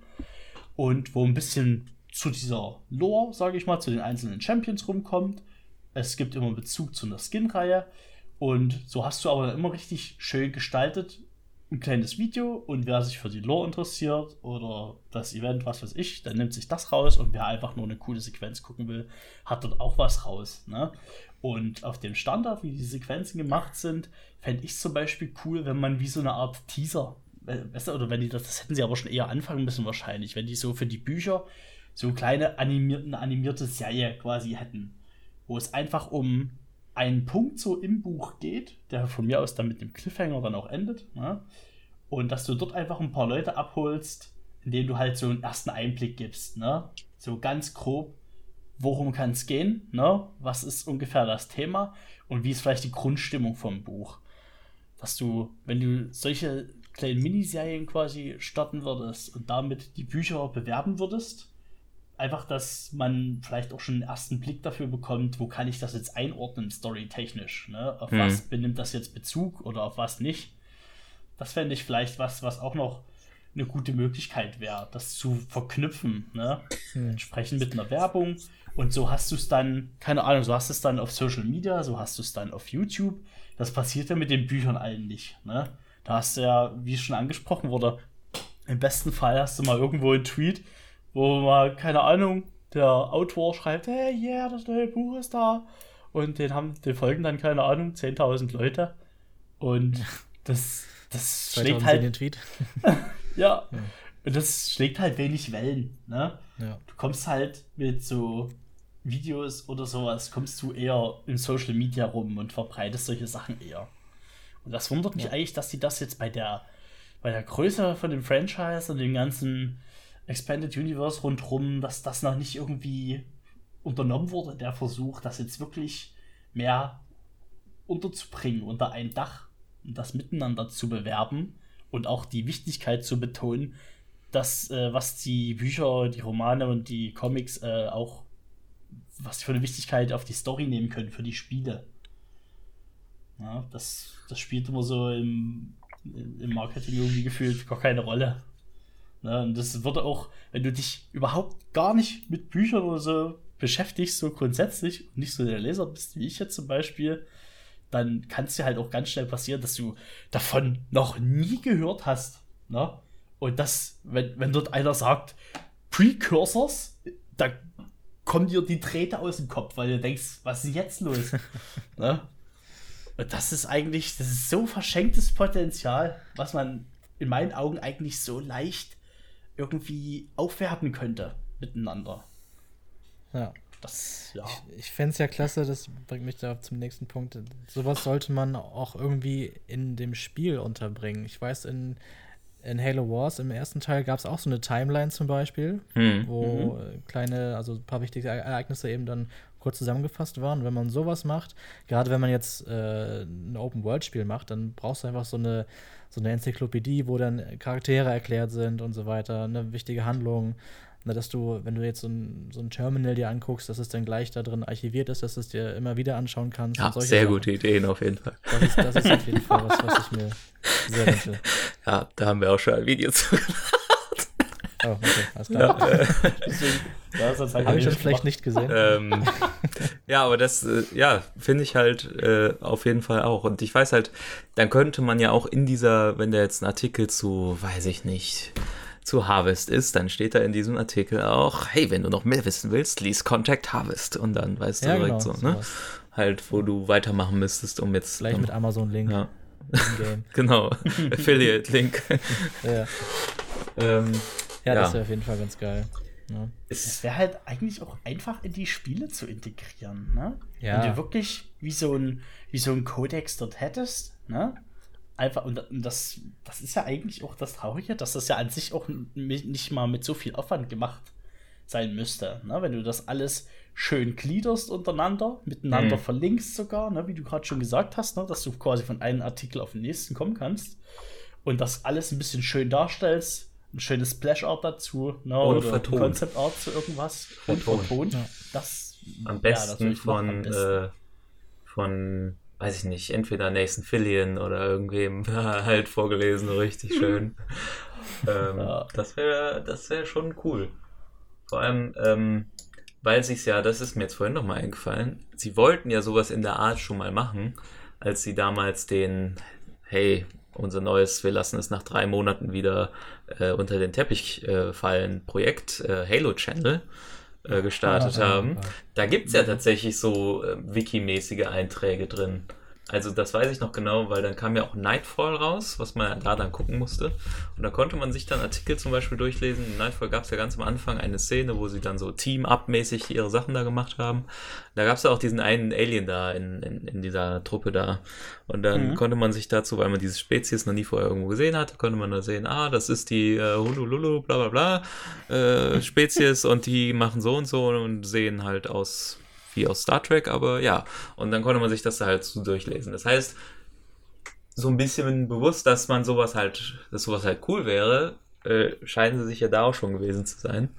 Und wo ein bisschen zu dieser Lore, sage ich mal, zu den einzelnen Champions rumkommt. Es gibt immer Bezug zu einer Skin-Reihe. Und so hast du aber immer richtig schön gestaltet ein kleines Video und wer sich für die Lore interessiert oder das Event, was weiß ich, dann nimmt sich das raus und wer einfach nur eine coole Sequenz gucken will, hat dort auch was raus. Ne? Und auf dem Standard, wie die Sequenzen gemacht sind, fände ich zum Beispiel cool, wenn man wie so eine Art Teaser, weißt du, oder wenn die das, das hätten sie aber schon eher anfangen müssen wahrscheinlich, wenn die so für die Bücher so kleine animierte, eine animierte Serie quasi hätten, wo es einfach um einen Punkt so im Buch geht, der von mir aus dann mit dem Cliffhanger dann auch endet, ne? Und dass du dort einfach ein paar Leute abholst, indem du halt so einen ersten Einblick gibst, ne? So ganz grob, worum kann es gehen, ne? Was ist ungefähr das Thema und wie ist vielleicht die Grundstimmung vom Buch. Dass du, wenn du solche kleinen Miniserien quasi starten würdest und damit die Bücher bewerben würdest, einfach, dass man vielleicht auch schon einen ersten Blick dafür bekommt, wo kann ich das jetzt einordnen, storytechnisch, ne? Auf hm. was benimmt das jetzt Bezug oder auf was nicht. Das fände ich vielleicht was, was auch noch eine gute Möglichkeit wäre, das zu verknüpfen, ne? Hm. Entsprechend mit einer Werbung. Und so hast du es dann, keine Ahnung, so hast du es dann auf Social Media, so hast du es dann auf YouTube. Das passiert ja mit den Büchern allen nicht, ne? Da hast du ja, wie schon angesprochen wurde, im besten Fall hast du mal irgendwo einen Tweet, wo mal, keine Ahnung, der Autor schreibt, hey, yeah, das neue Buch ist da. Und den haben, den folgen dann, keine Ahnung, zehntausend Leute. Und das, das schlägt halt... Den Tweet. ja, ja, und das schlägt halt wenig Wellen, ne? Ja. Du kommst halt mit so Videos oder sowas, kommst du eher im Social Media rum und verbreitest solche Sachen eher. Und das wundert mich ja. eigentlich, dass die das jetzt bei der, bei der Größe von dem Franchise und dem ganzen Expanded Universe rundherum, dass das noch nicht irgendwie unternommen wurde, der Versuch, das jetzt wirklich mehr unterzubringen unter ein Dach und das miteinander zu bewerben und auch die Wichtigkeit zu betonen, dass äh, was die Bücher, die Romane und die Comics äh, auch, was für eine Wichtigkeit auf die Story nehmen können, für die Spiele. Ja, das, das spielt immer so im, im Marketing irgendwie gefühlt gar keine Rolle. Ne, und das würde auch, wenn du dich überhaupt gar nicht mit Büchern oder so beschäftigst, so grundsätzlich und nicht so der Leser bist, wie ich jetzt zum Beispiel, dann kann es dir halt auch ganz schnell passieren, dass du davon noch nie gehört hast. Ne? Und das, wenn, wenn dort einer sagt, Precursors, da kommen dir die Drähte aus dem Kopf, weil du denkst, was ist jetzt los? Ne? Und das ist eigentlich, das ist so verschenktes Potenzial, was man in meinen Augen eigentlich so leicht irgendwie aufwerten könnte miteinander. Ja. Das, ja. Ich, ich fände es ja klasse, das bringt mich da zum nächsten Punkt. Sowas sollte man auch irgendwie in dem Spiel unterbringen. Ich weiß, in, in Halo Wars im ersten Teil gab es auch so eine Timeline zum Beispiel, mhm. wo mhm. kleine, also ein paar wichtige Ereignisse eben dann kurz zusammengefasst waren. Und wenn man sowas macht, gerade wenn man jetzt äh, ein Open-World-Spiel macht, dann brauchst du einfach so eine so eine Enzyklopädie, wo dann Charaktere erklärt sind und so weiter, eine wichtige Handlung, na, dass du, wenn du jetzt so ein, so ein Terminal dir anguckst, dass es dann gleich da drin archiviert ist, dass du es dir immer wieder anschauen kannst. Ja, und solche sehr Sachen. Gute Ideen auf jeden Fall. Das ist, das ist auf jeden Fall was, was ich mir sehr wünsche. Ja, da haben wir auch schon ein Video zu gemacht. Oh, okay, alles klar. Ja, äh, ja, das halt habe ich schon vielleicht nicht gesehen. Ähm, ja, aber das, äh, ja, finde ich halt äh, auf jeden Fall auch. Und ich weiß halt, dann könnte man ja auch in dieser, wenn da jetzt ein Artikel zu, weiß ich nicht, zu Harvest ist, dann steht da in diesem Artikel auch, hey, wenn du noch mehr wissen willst, lies Contact Harvest. Und dann weißt du ja, direkt genau, so, ne? Halt, wo du weitermachen müsstest, um jetzt... Gleich um, mit Amazon-Link. Ja. Im Game. Genau, Affiliate-Link. Ja. ähm, Ja, ja, das wäre auf jeden Fall ganz geil. Ja. Es wäre halt eigentlich auch einfach in die Spiele zu integrieren, ne? Ja. Wenn du wirklich wie so ein, wie so ein Codex dort hättest, ne? Einfach, und das, das ist ja eigentlich auch das Traurige, dass das ja an sich auch nicht mal mit so viel Aufwand gemacht sein müsste, ne? Wenn du das alles schön gliederst untereinander, miteinander mhm. verlinkst sogar, ne? Wie du gerade schon gesagt hast, ne? Dass du quasi von einem Artikel auf den nächsten kommen kannst und das alles ein bisschen schön darstellst, ein schönes Splash-Art dazu, ne? Und oder vertont. Concept-Art zu irgendwas. Und vertont. Ja. Das, am besten ja, das von, am besten. Äh, von, weiß ich nicht, entweder Nathan Fillion oder irgendwem halt vorgelesen, richtig schön. ähm, ja. Das wäre das wär schon cool. Vor allem, ähm, weil sie es ja, das ist mir jetzt vorhin nochmal eingefallen, sie wollten ja sowas in der Art schon mal machen, als sie damals den, hey, unser neues, wir lassen es nach drei Monaten wieder äh, unter den Teppich äh, fallen, Projekt äh, Halo Channel äh, gestartet ah, haben. Ah, ah. Da gibt es ja tatsächlich so äh, Wiki-mäßige Einträge drin. Also das weiß ich noch genau, weil dann kam ja auch Nightfall raus, was man da dann gucken musste. Und da konnte man sich dann Artikel zum Beispiel durchlesen. In Nightfall gab es ja ganz am Anfang eine Szene, wo sie dann so Team-Up-mäßig ihre Sachen da gemacht haben. Da gab es ja auch diesen einen Alien da in, in, in dieser Truppe da. Und dann mhm. konnte man sich dazu, weil man diese Spezies noch nie vorher irgendwo gesehen hatte, konnte man da sehen, ah, das ist die äh, Hulululu, bla bla bla äh, Spezies und die machen so und so und sehen halt aus wie aus Star Trek, aber ja. Und dann konnte man sich das da halt so durchlesen. Das heißt, so ein bisschen bewusst, dass man sowas halt, dass sowas halt cool wäre, äh, scheinen sie sich ja da auch schon gewesen zu sein.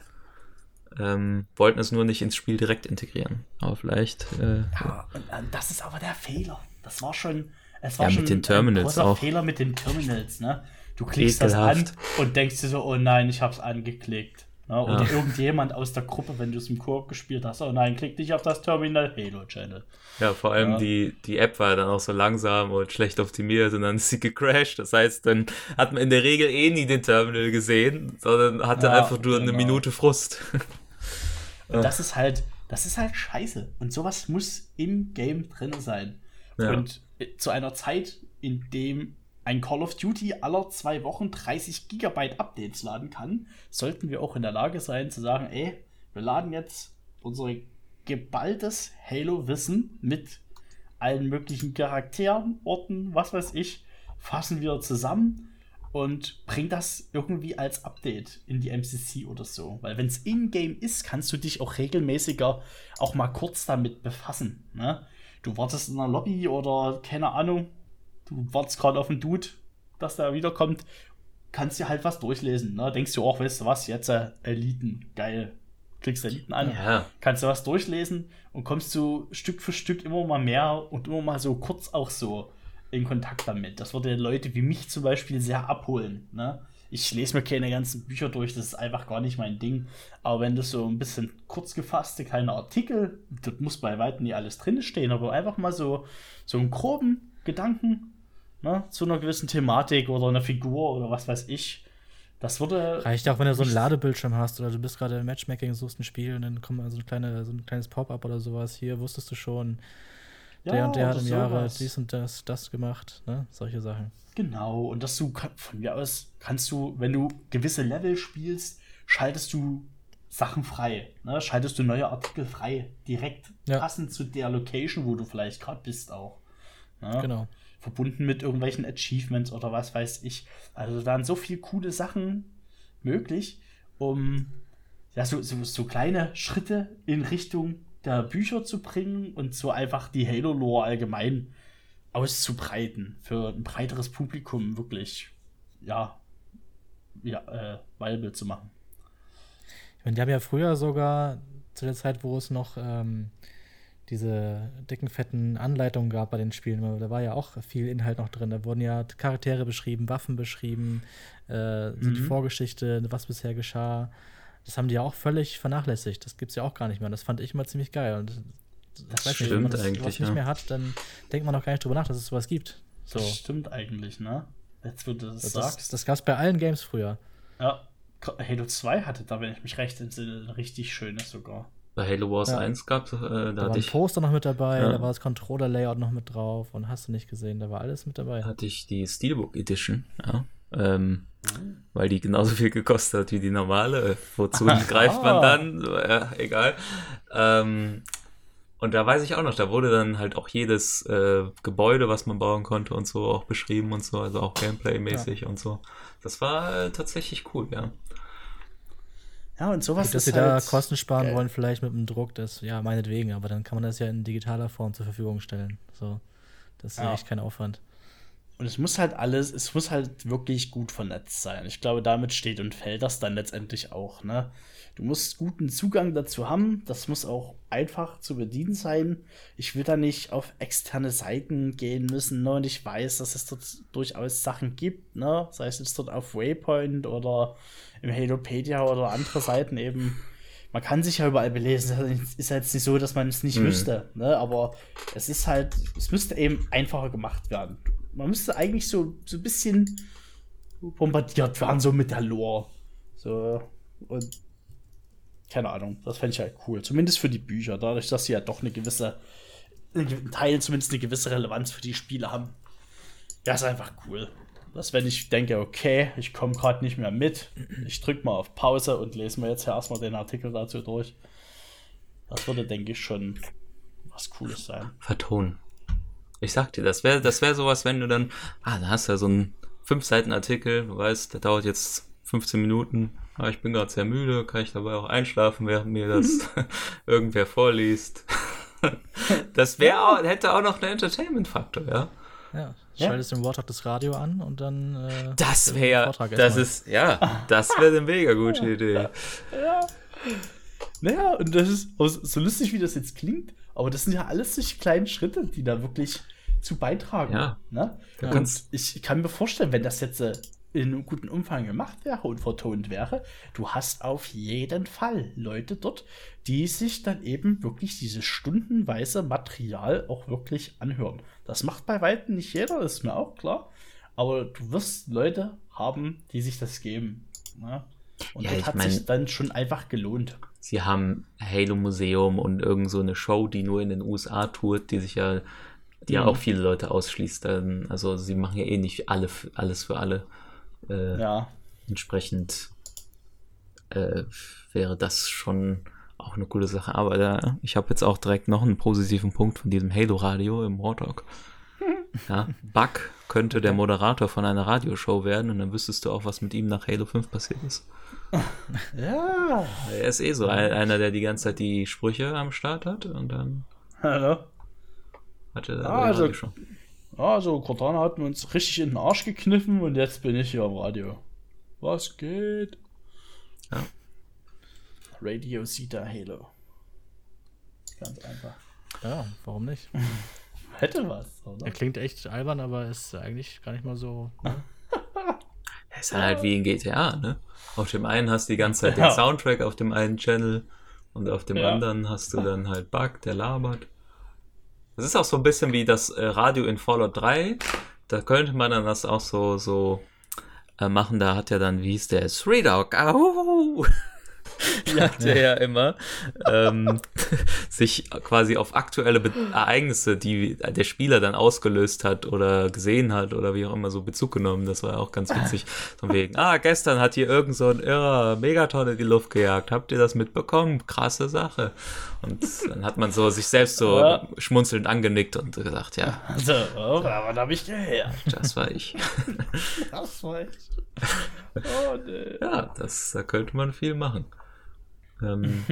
Ähm, wollten es nur nicht ins Spiel direkt integrieren. Aber vielleicht. Äh, ja, und, und das ist aber der Fehler. Das war schon, es war ja, schon mit den Terminals ein großer auch. Fehler mit den Terminals, ne? Du klickst Ekelhaft. das an und denkst dir so, oh nein, ich hab's angeklickt. Ne? Oder ja. irgendjemand aus der Gruppe, wenn du es im Koop gespielt hast, oh nein, klick dich auf das Terminal, Halo Channel. Ja, vor allem ja. die, die App war dann auch so langsam und schlecht optimiert und dann ist sie gecrashed. Das heißt, dann hat man in der Regel eh nie den Terminal gesehen, sondern hatte ja, einfach nur genau. eine Minute Frust. Und das ist halt, das ist halt scheiße. Und sowas muss im Game drin sein. Ja. Und zu einer Zeit, in dem ein Call of Duty aller zwei Wochen dreißig Gigabyte Updates laden kann, sollten wir auch in der Lage sein zu sagen, ey, wir laden jetzt unser geballtes Halo-Wissen mit allen möglichen Charakteren, Orten, was weiß ich, fassen wir zusammen und bringen das irgendwie als Update in die M C C oder so. Weil wenn es in-game ist, kannst du dich auch regelmäßiger auch mal kurz damit befassen. Ne? Du wartest in einer Lobby oder keine Ahnung, du wartest gerade auf einen Dude, dass der wiederkommt, kannst dir halt was durchlesen. Ne? Denkst du auch, weißt du was, jetzt äh, Eliten, geil. Klickst Eliten an, ja. kannst du was durchlesen und kommst du Stück für Stück immer mal mehr und immer mal so kurz auch so in Kontakt damit. Das würde Leute wie mich zum Beispiel sehr abholen. Ne? Ich lese mir keine ganzen Bücher durch, das ist einfach gar nicht mein Ding. Aber wenn du so ein bisschen kurz gefasste kleine Artikel, das muss bei weitem nicht alles drin stehen, aber einfach mal so, so einen groben Gedanken, ne, zu einer gewissen Thematik oder einer Figur oder was weiß ich. Das würde. Reicht auch, wenn du so einen Ladebildschirm hast oder du bist gerade im Matchmaking, suchst ein Spiel und dann kommt so, eine kleine, so ein kleines Pop-up oder sowas. Hier wusstest du schon, der ja, und der hat im Jahre dies und das, das gemacht. Ne? Solche Sachen. Genau. Und dass du von mir aus kannst du, wenn du gewisse Level spielst, schaltest du Sachen frei. Ne? Schaltest du neue Artikel frei. Direkt ja. passend zu der Location, wo du vielleicht gerade bist auch. Ne? Genau. Verbunden mit irgendwelchen Achievements oder was weiß ich. Also da waren so viele coole Sachen möglich, um ja, so, so, so kleine Schritte in Richtung der Bücher zu bringen und so einfach die Halo-Lore allgemein auszubreiten. Für ein breiteres Publikum wirklich, ja, ja äh, viable zu machen. Ich meine, die haben ja früher sogar, zu der Zeit, wo es noch ähm, diese dicken, fetten Anleitungen gab bei den Spielen. Da war ja auch viel Inhalt noch drin. Da wurden ja Charaktere beschrieben, Waffen beschrieben, äh, so mhm. die Vorgeschichte, was bisher geschah. Das haben die ja auch völlig vernachlässigt. Das gibt's ja auch gar nicht mehr. Das fand ich immer ziemlich geil. Und das, das weiß stimmt nicht, wenn man das eigentlich, sowas ja. nicht mehr hat, dann denkt man auch gar nicht drüber nach, dass es sowas gibt. So. Das stimmt eigentlich, ne? Jetzt, wo du das, das sagst. Das, das gab's bei allen Games früher. Ja, Halo zwei hatte da, wenn ich mich recht entsinne, ein richtig schönes sogar. Bei Halo Wars ja. eins gab es, äh, da, da hatte war ein ich, Poster noch mit dabei, ja. da war das Controller-Layout noch mit drauf und hast du nicht gesehen, da war alles mit dabei. Hatte ich die Steelbook Edition, ja. Ähm, weil die genauso viel gekostet hat wie die normale. Wozu greift man dann? Ja, egal. Ähm, und da weiß ich auch noch, da wurde dann halt auch jedes äh, Gebäude, was man bauen konnte und so auch beschrieben und so, also auch Gameplay-mäßig ja. und so. Das war äh, tatsächlich cool, ja. Ja, und sowas Gut, dass ist sie halt da Kosten sparen geil. wollen, vielleicht mit dem Druck, das, ja, meinetwegen, aber dann kann man das ja in digitaler Form zur Verfügung stellen. So, das ist ja Ja. echt kein Aufwand. Und es muss halt alles, es muss halt wirklich gut vernetzt sein. Ich glaube, damit steht und fällt das dann letztendlich auch, ne? Du musst guten Zugang dazu haben, das muss auch einfach zu bedienen sein. Ich will da nicht auf externe Seiten gehen müssen, ne? Und ich weiß, dass es dort durchaus Sachen gibt, ne? Sei es jetzt dort auf Waypoint oder im Halopedia oder andere Seiten eben. Man kann sich ja überall belesen. Es ist jetzt nicht so, dass man es nicht Mhm. wüsste, ne? Aber es ist halt, es müsste eben einfacher gemacht werden. Man müsste eigentlich so, so ein bisschen bombardiert werden, so mit der Lore. So, und keine Ahnung, das fände ich halt cool. Zumindest für die Bücher, dadurch, dass sie ja doch eine gewisse, in Teilen zumindest eine gewisse Relevanz für die Spiele haben. Ja, ist einfach cool. Dass, wenn ich denke, okay, ich komme gerade nicht mehr mit, ich drücke mal auf Pause und lese mir jetzt ja erstmal den Artikel dazu durch. Das würde, denke ich, schon was Cooles sein. Vertonen. Ich sag dir, das wäre das wär sowas, wenn du dann, ah, da hast du ja so einen fünf Seiten Artikel, du weißt, der dauert jetzt fünfzehn Minuten, aber ich bin gerade sehr müde, kann ich dabei auch einschlafen, während mir das irgendwer vorliest. Das wäre auch, hätte auch noch einen Entertainment-Faktor, ja. Ja, Ja. schaltest im Warthog das Radio an und dann äh, Das den wäre, Vortrag das erstmal. ist, ja, das wäre eine mega gute Idee. Ja. Naja, und das ist auch so lustig, wie das jetzt klingt, aber das sind ja alles solche kleinen Schritte, die da wirklich zu beitragen. Ja. Ne? Du Und kannst- ich kann mir vorstellen, wenn das jetzt äh, in einem guten Umfang gemacht wäre und vertont wäre, du hast auf jeden Fall Leute dort, die sich dann eben wirklich dieses stundenweise Material auch wirklich anhören. Das macht bei weitem nicht jeder, ist mir auch klar. Aber du wirst Leute haben, die sich das geben. Ne? Und Ja, das ich hat mein- sich dann schon einfach gelohnt. Sie haben Halo Museum und irgend so eine Show, die nur in den U S A tourt, die sich ja, die ja Mhm. auch viele Leute ausschließt. Dann, also sie machen ja eh nicht alle, f- alles für alle. Äh, Ja. Entsprechend äh, wäre das schon auch eine coole Sache. Aber da, ich habe jetzt auch direkt noch einen positiven Punkt von diesem Halo-Radio im Warthog. Ja, Buck könnte der Moderator von einer Radioshow werden und dann wüsstest du auch, was mit ihm nach Halo fünf passiert ist. Ja. Er ist eh so ein, einer, der die ganze Zeit die Sprüche am Start hat und dann Hallo. hatte er Ah, die also- Radioshow. Also, Cortana hat uns richtig in den Arsch gekniffen und jetzt bin ich hier am Radio. Was geht? Ja. Radio Sita Halo. Ganz einfach. Ja, warum nicht? Hätte was, oder? Er klingt echt albern, aber ist eigentlich gar nicht mal so. Ne? Er ist dann halt wie in G T A, ne? Auf dem einen hast du die ganze Zeit Ja. den Soundtrack auf dem einen Channel und auf dem Ja. anderen hast du dann halt Buck, der labert. Das ist auch so ein bisschen wie das äh, Radio in Fallout drei. Da könnte man dann das auch so, so äh, machen. Da hat ja dann, wie hieß der? Three Dog, au! Ja. Hat er ja immer ähm, sich quasi auf aktuelle Be Ereignisse, die der Spieler dann ausgelöst hat oder gesehen hat oder wie auch immer, so Bezug genommen. Das war auch ganz witzig. Von wegen, ah, gestern hat hier irgend so ein irrer Megaton in die Luft gejagt. Habt ihr das mitbekommen? Krasse Sache. Und dann hat man so sich selbst so Ja. schmunzelnd angenickt und gesagt, ja, Also, oh, was hab ich gehört? das war ich. Das war ich. Oh, nee. Ja, das, da könnte man viel machen. Ähm,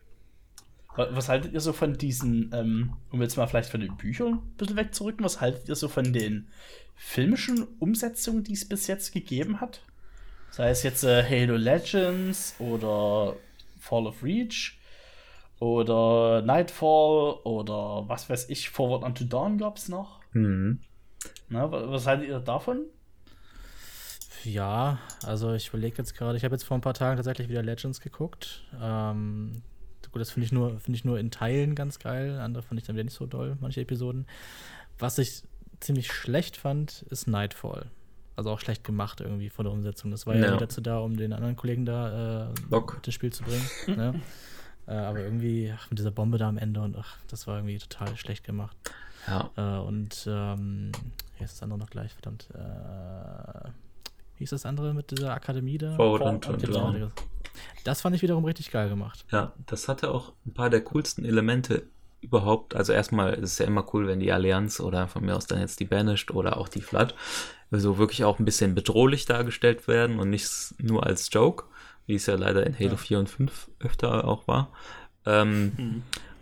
Wa- Was haltet ihr so von diesen, ähm, um jetzt mal vielleicht von den Büchern ein bisschen wegzurücken, was haltet ihr so von den filmischen Umsetzungen, die es bis jetzt gegeben hat? Sei es jetzt äh, Halo Legends oder Fall of Reach oder Nightfall oder was weiß ich, Forward Unto Dawn gab es noch. mhm. Na, wa- was haltet ihr davon? Ja, also ich überlege jetzt gerade, ich habe jetzt vor ein paar Tagen tatsächlich wieder Legends geguckt. Ähm, gut, das finde ich nur, finde ich nur in Teilen ganz geil, andere fand ich dann wieder nicht so doll, manche Episoden. Was ich ziemlich schlecht fand, ist Nightfall. Also auch schlecht gemacht irgendwie von der Umsetzung. Das war ja, Ja. wieder dazu da, um den anderen Kollegen da äh, Bock. mit ins Spiel zu bringen. Ne? äh, aber irgendwie, ach, mit dieser Bombe da am Ende und ach, das war irgendwie total schlecht gemacht. Ja. Äh, und ähm, hier ist das andere noch gleich, verdammt. Äh, wie ist das andere mit dieser Akademie da? Forward und, und genau. Dawn. Das fand ich wiederum richtig geil gemacht. Ja, das hatte auch ein paar der coolsten Elemente überhaupt. Also erstmal ist es ja immer cool, wenn die Allianz oder von mir aus dann jetzt die Banished oder auch die Flood so wirklich auch ein bisschen bedrohlich dargestellt werden und nicht nur als Joke, wie es ja leider in Halo ja. vier und fünf öfter auch war. Ähm, mhm.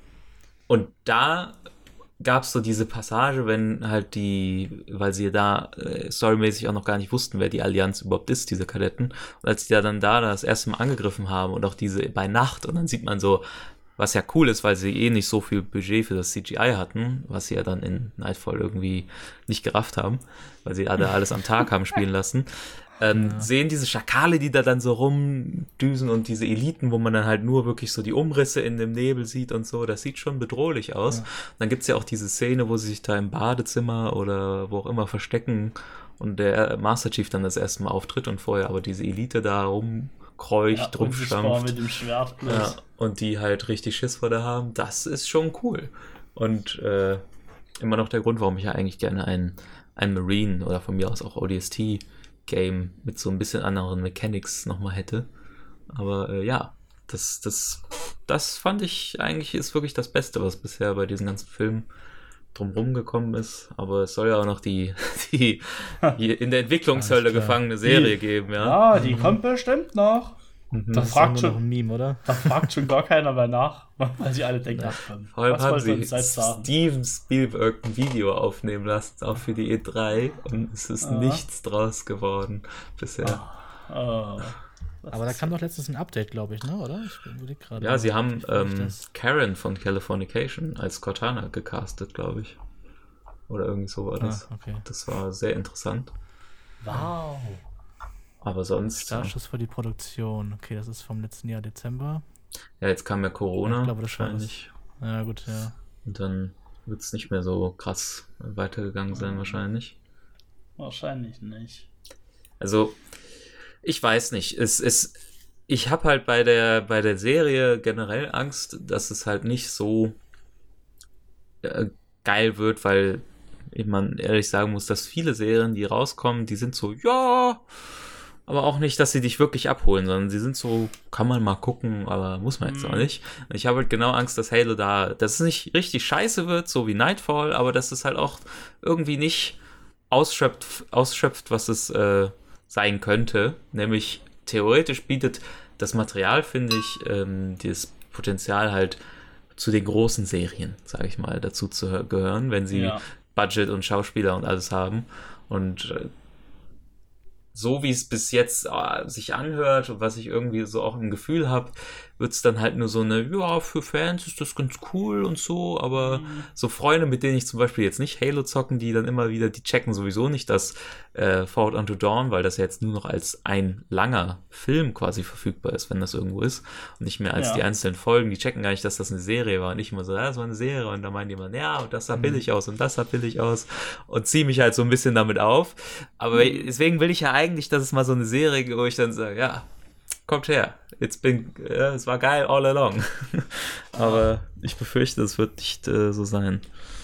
Und da gab es so diese Passage, wenn halt die, weil sie da äh, storymäßig auch noch gar nicht wussten, wer die Allianz überhaupt ist, diese Kadetten. Und als die ja dann da das erste Mal angegriffen haben und auch diese bei Nacht und dann sieht man so, was ja cool ist, weil sie eh nicht so viel Budget für das C G I hatten, was sie ja dann in Nightfall irgendwie nicht gerafft haben, weil sie alle alles am Tag haben spielen lassen. Ähm, ja. Sehen diese Schakale, die da dann so rumdüsen und diese Eliten, wo man dann halt nur wirklich so die Umrisse in dem Nebel sieht und so, das sieht schon bedrohlich aus. Ja. Dann gibt's ja auch diese Szene, wo sie sich da im Badezimmer oder wo auch immer verstecken und der Master Chief dann das erste Mal auftritt und vorher aber diese Elite da rumkreucht, ja, rumstampft. Mit dem Schwert ja, und die halt richtig Schiss vor der haben. Das ist schon cool. Und äh, immer noch der Grund, warum ich ja eigentlich gerne einen, einen Marine oder von mir aus auch O D S T Game mit so ein bisschen anderen Mechanics nochmal hätte. Aber äh, ja, das, das, das fand ich eigentlich ist wirklich das Beste, was bisher bei diesen ganzen Filmen drumherum gekommen ist. Aber es soll ja auch noch die, die, die in der Entwicklungshölle gefangene Serie die, geben. Ja, ja die mhm. kommt bestimmt noch. Mhm. Da, fragt schon, noch ein Meme, oder? da fragt schon gar keiner mehr nach, weil sie alle denken, ach, vor allem haben sie Steven Spielberg ein Video aufnehmen lassen, auch für die E drei, und es ist ah. nichts draus geworden bisher. Ah. Oh. Aber da kam doch letztens ein Update, glaube ich, ne? Oder? Ich überlege gerade. Ja, sie haben ähm, Karen von Californication als Cortana gecastet, glaube ich. Oder irgendwie so war das. Ah, okay. Das war sehr interessant. Wow. Aber sonst... Startschuss für die Produktion. Okay, das ist vom letzten Jahr Dezember. Ja, jetzt kam ja Corona. Ich glaube, das wahrscheinlich. Ja, gut, ja. Und dann wird es nicht mehr so krass weitergegangen sein, mhm. wahrscheinlich. Wahrscheinlich nicht. Also, ich weiß nicht. Es ist... Ich habe halt bei der, bei der Serie generell Angst, dass es halt nicht so äh, geil wird, weil ich man ehrlich sagen muss, dass viele Serien, die rauskommen, die sind so, ja... Aber auch nicht, dass sie dich wirklich abholen, sondern sie sind so, kann man mal gucken, aber muss man jetzt mm. auch nicht. Und ich habe halt genau Angst, dass Halo da, dass es nicht richtig scheiße wird, so wie Nightfall, aber dass es halt auch irgendwie nicht ausschöpft, ausschöpft was es äh, sein könnte. Nämlich theoretisch bietet das Material, finde ich, ähm, das Potenzial halt zu den großen Serien, sage ich mal, dazu zu gehören, wenn sie ja. Budget und Schauspieler und alles haben. Und äh, so wie es bis jetzt äh, sich anhört und was ich irgendwie so auch im Gefühl habe, wird es dann halt nur so eine, ja, für Fans ist das ganz cool und so, aber mhm. so Freunde, mit denen ich zum Beispiel jetzt nicht Halo zocken, die dann immer wieder, die checken sowieso nicht das äh, Forward Unto Dawn, weil das ja jetzt nur noch als ein langer Film quasi verfügbar ist, wenn das irgendwo ist und nicht mehr als ja. die einzelnen Folgen, die checken gar nicht, dass das eine Serie war und ich immer so, ja, das war eine Serie und dann meinen die immer, ja, und das sah mhm. billig aus und das sah billig aus und ziehe mich halt so ein bisschen damit auf, aber mhm. deswegen will ich ja eigentlich, dass es mal so eine Serie gibt, wo ich dann sage, ja, kommt her. Jetzt bin, ja, es war geil all along. Aber ich befürchte, es wird nicht äh, so sein.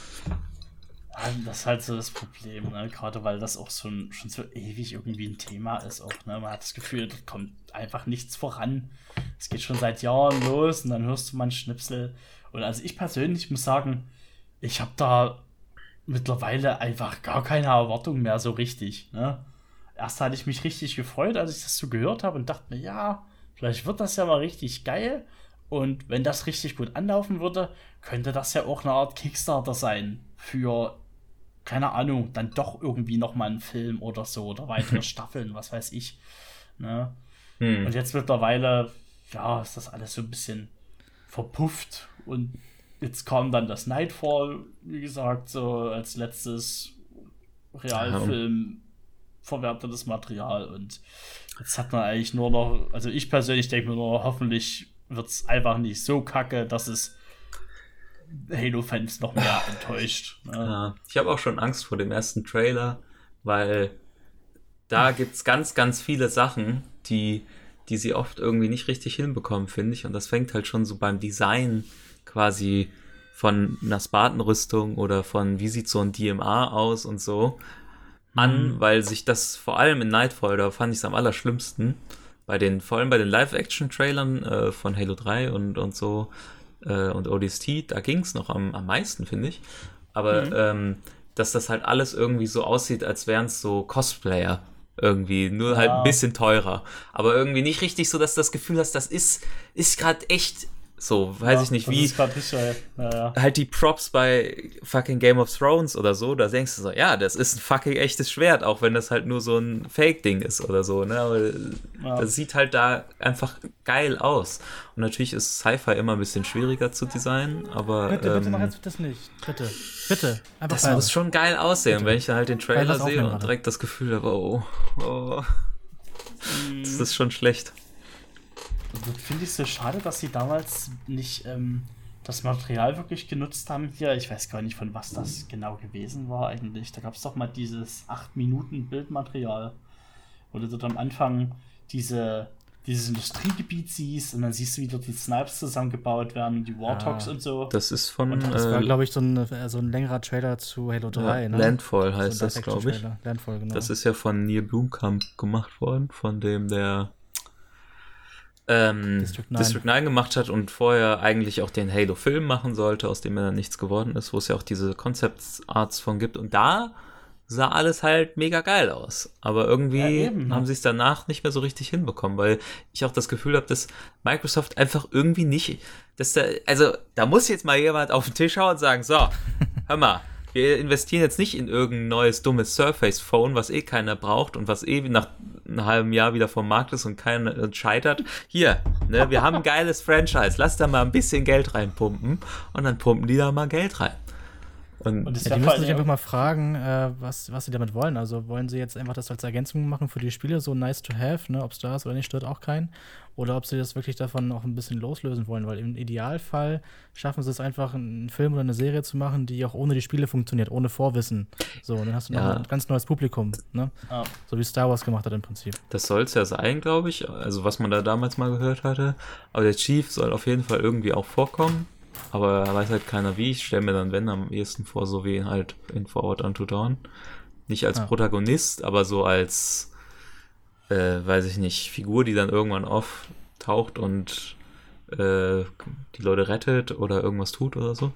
Das ist halt so das Problem, ne? Gerade weil das auch so ein, schon so ewig irgendwie ein Thema ist. Auch, ne? Man hat das Gefühl, da kommt einfach nichts voran. Es geht schon seit Jahren los und dann hörst du mal einen Schnipsel. Und also ich persönlich muss sagen, ich habe da mittlerweile einfach gar keine Erwartungen mehr so richtig. Ne? Erst hatte ich mich richtig gefreut, als ich das so gehört habe und dachte mir, ja, vielleicht wird das ja mal richtig geil. Und wenn das richtig gut anlaufen würde, könnte das ja auch eine Art Kickstarter sein für, keine Ahnung, dann doch irgendwie nochmal ein Film oder so oder weitere Staffeln, was weiß ich. Ne? Hm. Und jetzt mittlerweile, ja, ist das alles so ein bisschen verpufft. Und jetzt kam dann das Nightfall, wie gesagt, so als letztes Realfilm. Verwertetes Material und jetzt hat man eigentlich nur noch, also ich persönlich denke mir nur, hoffentlich wird es einfach nicht so kacke, dass es Halo-Fans noch mehr enttäuscht. Ne? Ja, ich habe auch schon Angst vor dem ersten Trailer, weil da gibt es ganz, ganz viele Sachen, die, die sie oft irgendwie nicht richtig hinbekommen, finde ich. Und das fängt halt schon so beim Design quasi von einer Spartan-Rüstung oder von wie sieht so ein D M A aus und so. an, weil sich das vor allem in Nightfall, da fand ich es am allerschlimmsten, bei den, vor allem bei den Live-Action-Trailern äh, von Halo drei und, und so äh, und O D S T, da ging es noch am, am meisten, finde ich. Aber mhm. ähm, dass das halt alles irgendwie so aussieht, als wären es so Cosplayer irgendwie, nur ja. halt ein bisschen teurer. Aber irgendwie nicht richtig so, dass du das Gefühl hast, das ist, ist gerade echt so, weiß ja, ich nicht, wie nicht, ja, ja. halt die Props bei fucking Game of Thrones oder so, da denkst du so, ja, das ist ein fucking echtes Schwert, auch wenn das halt nur so ein Fake-Ding ist oder so, ne, aber ja. das sieht halt da einfach geil aus. Und natürlich ist Sci-Fi immer ein bisschen schwieriger zu designen, aber bitte, ähm, bitte mach jetzt das nicht, bitte, bitte, einfach das muss schon geil aussehen, bitte. Wenn ich dann halt den Trailer sehe und direkt das Gefühl habe, oh, oh, mm. das ist schon schlecht. Finde ich so schade, dass sie damals nicht ähm, das Material wirklich genutzt haben hier. Ich weiß gar nicht, von was das genau gewesen war eigentlich. Da gab es doch mal dieses acht Minuten Bildmaterial, wo du dort am Anfang diese, dieses Industriegebiet siehst und dann siehst du, wie dort die Snipes zusammengebaut werden und die Warthogs ja, und so. Das ist von... Und das äh, war, glaube ich, so ein, so ein längerer Trailer zu Halo drei. Ja, ne? Landfall heißt so das, glaube ich. Landfall, genau. Das ist ja von Neil Blomkamp gemacht worden, von dem der... Ähm, District neun. District neun gemacht hat und vorher eigentlich auch den Halo-Film machen sollte, aus dem er dann nichts geworden ist, wo es ja auch diese Concept-Arts von gibt. Und da sah alles halt mega geil aus. Aber irgendwie ja, eben, haben sie es danach nicht mehr so richtig hinbekommen, weil ich auch das Gefühl habe, dass Microsoft einfach irgendwie nicht, dass da, also da muss jetzt mal jemand auf den Tisch hauen und sagen, so, hör mal, wir investieren jetzt nicht in irgendein neues dummes Surface-Phone, was eh keiner braucht und was eh nach einem halben Jahr wieder vom Markt ist und keiner scheitert. Hier, ne, wir haben ein geiles Franchise, lass da mal ein bisschen Geld reinpumpen und dann pumpen die da mal Geld rein. Und, und ja, die müssen sich einfach mal fragen, äh, was, was sie damit wollen. Also wollen sie jetzt einfach das als Ergänzung machen für die Spiele, so nice to have, ne? Ob es da ist oder nicht, stört auch keinen. Oder ob sie das wirklich davon auch ein bisschen loslösen wollen, weil im Idealfall schaffen sie es einfach, einen Film oder eine Serie zu machen, die auch ohne die Spiele funktioniert, ohne Vorwissen. So, und dann hast du noch ja. ein ganz neues Publikum, ne? Ja. So wie Star Wars gemacht hat im Prinzip. Das soll es ja sein, glaube ich, also was man da damals mal gehört hatte. Aber der Chief soll auf jeden Fall irgendwie auch vorkommen. Aber weiß halt keiner wie. Ich stelle mir dann, wenn, am ehesten vor, so wie halt in Forward Unto Dawn. Nicht als ja. Protagonist, aber so als, äh, weiß ich nicht, Figur, die dann irgendwann auftaucht und äh, die Leute rettet oder irgendwas tut oder so.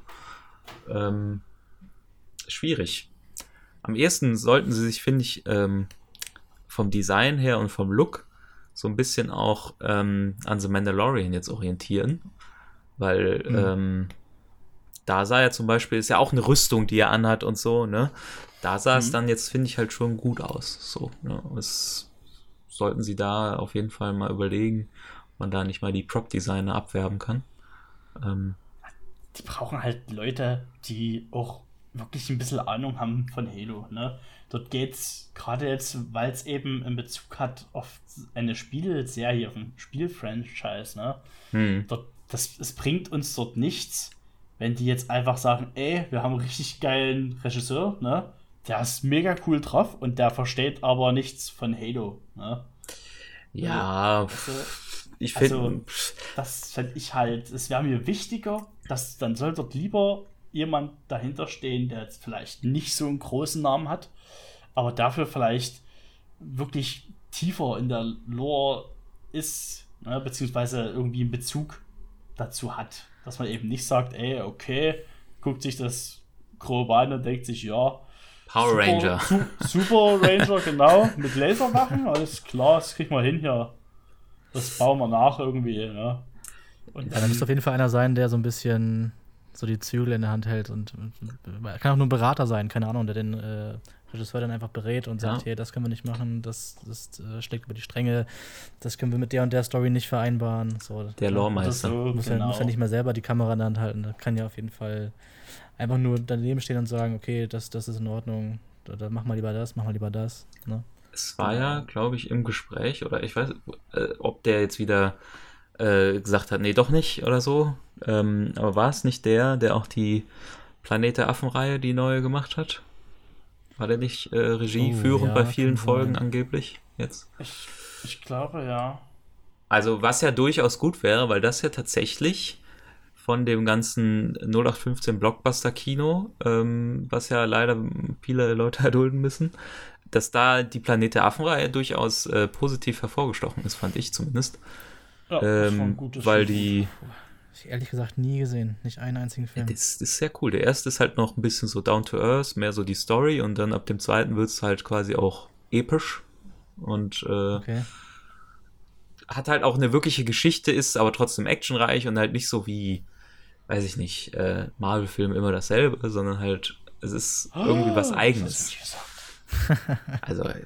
Ähm, schwierig. Am ehesten sollten sie sich, finde ich, ähm, vom Design her und vom Look so ein bisschen auch ähm, an The Mandalorian jetzt orientieren. Weil mhm. ähm, da sah ja zum Beispiel, ist ja auch eine Rüstung, die er anhat und so, ne? Da sah mhm. es dann jetzt, finde ich, halt schon gut aus. So, ne? Es sollten sie da auf jeden Fall mal überlegen, ob man da nicht mal die Prop-Designer abwerben kann. Ähm, die brauchen halt Leute, die auch wirklich ein bisschen Ahnung haben von Halo, ne? Dort geht's gerade jetzt, weil es eben in Bezug hat auf eine Spielserie, auf ein Spielfranchise, ne? Mhm. Dort Das, es bringt uns dort nichts, wenn die jetzt einfach sagen, ey, wir haben einen richtig geilen Regisseur, ne? Der ist mega cool drauf und der versteht aber nichts von Halo, ne? Ja, also, ich finde... Also, das fände ich halt, es wäre mir wichtiger, dass dann soll dort lieber jemand dahinter stehen, der jetzt vielleicht nicht so einen großen Namen hat, aber dafür vielleicht wirklich tiefer in der Lore ist, ne? Beziehungsweise irgendwie einen Bezug dazu hat, dass man eben nicht sagt, ey, okay, guckt sich das grob an und denkt sich, ja, Power Super, Ranger. Su- Super Ranger, genau, mit Laserwaffen, alles klar, das kriegen wir hin hier. Das bauen wir nach irgendwie, ne? Und ja, da müsste auf jeden Fall einer sein, der so ein bisschen so die Zügel in der Hand hält und, und kann auch nur ein Berater sein, keine Ahnung, der den äh, Regisseur dann einfach berät und sagt, ja. hey, das können wir nicht machen, das, das äh, schlägt über die Stränge, das können wir mit der und der Story nicht vereinbaren. So, der Loremeister. So, muss, genau. ja, muss ja nicht mehr selber die Kamera in der Hand halten, da kann ja auf jeden Fall einfach nur daneben stehen und sagen, okay, das, das ist in Ordnung, da, da mach mal lieber das, mach mal lieber das. Ne? Es war ja, glaube ich, im Gespräch, oder ich weiß, äh, ob der jetzt wieder äh, gesagt hat, nee, doch nicht oder so, ähm, aber war es nicht der, der auch die Planet der Affen-Reihe, die neue gemacht hat? War der nicht äh, Regie oh, führend ja, bei vielen Folgen sein. Angeblich jetzt? Ich, ich glaube, ja. Also was ja durchaus gut wäre, weil das ja tatsächlich von dem ganzen null acht fünfzehn Blockbuster-Kino, ähm, was ja leider viele Leute erdulden müssen, dass da die Planet der Affen-Reihe durchaus äh, positiv hervorgestochen ist, fand ich zumindest. Ja, das ähm, war ein gutes weil Spiel. die Ich ehrlich gesagt nie gesehen, nicht einen einzigen Film. Das, das ist sehr cool. Der erste ist halt noch ein bisschen so down to earth, mehr so die Story und dann ab dem zweiten wird es halt quasi auch episch und äh, Okay. hat halt auch eine wirkliche Geschichte, ist aber trotzdem actionreich und halt nicht so wie, weiß ich nicht, äh, Marvel-Film immer dasselbe, sondern halt, es ist irgendwie was Oh, Eigenes. das hast du nicht gesagt. Also, ja.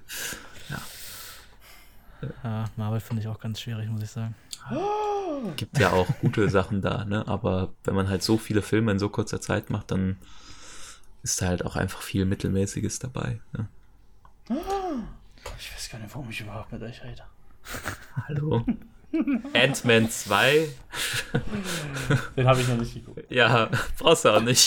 Ja, Marvel finde ich auch ganz schwierig, muss ich sagen. Gibt ja auch gute Sachen da, ne? Aber wenn man halt so viele Filme in so kurzer Zeit macht, dann ist da halt auch einfach viel Mittelmäßiges dabei. Ne? Ich weiß gar nicht, warum ich überhaupt mit euch rede. Hallo? Ant-Man zwei? Den habe ich noch nicht geguckt. Ja, brauchst du auch nicht.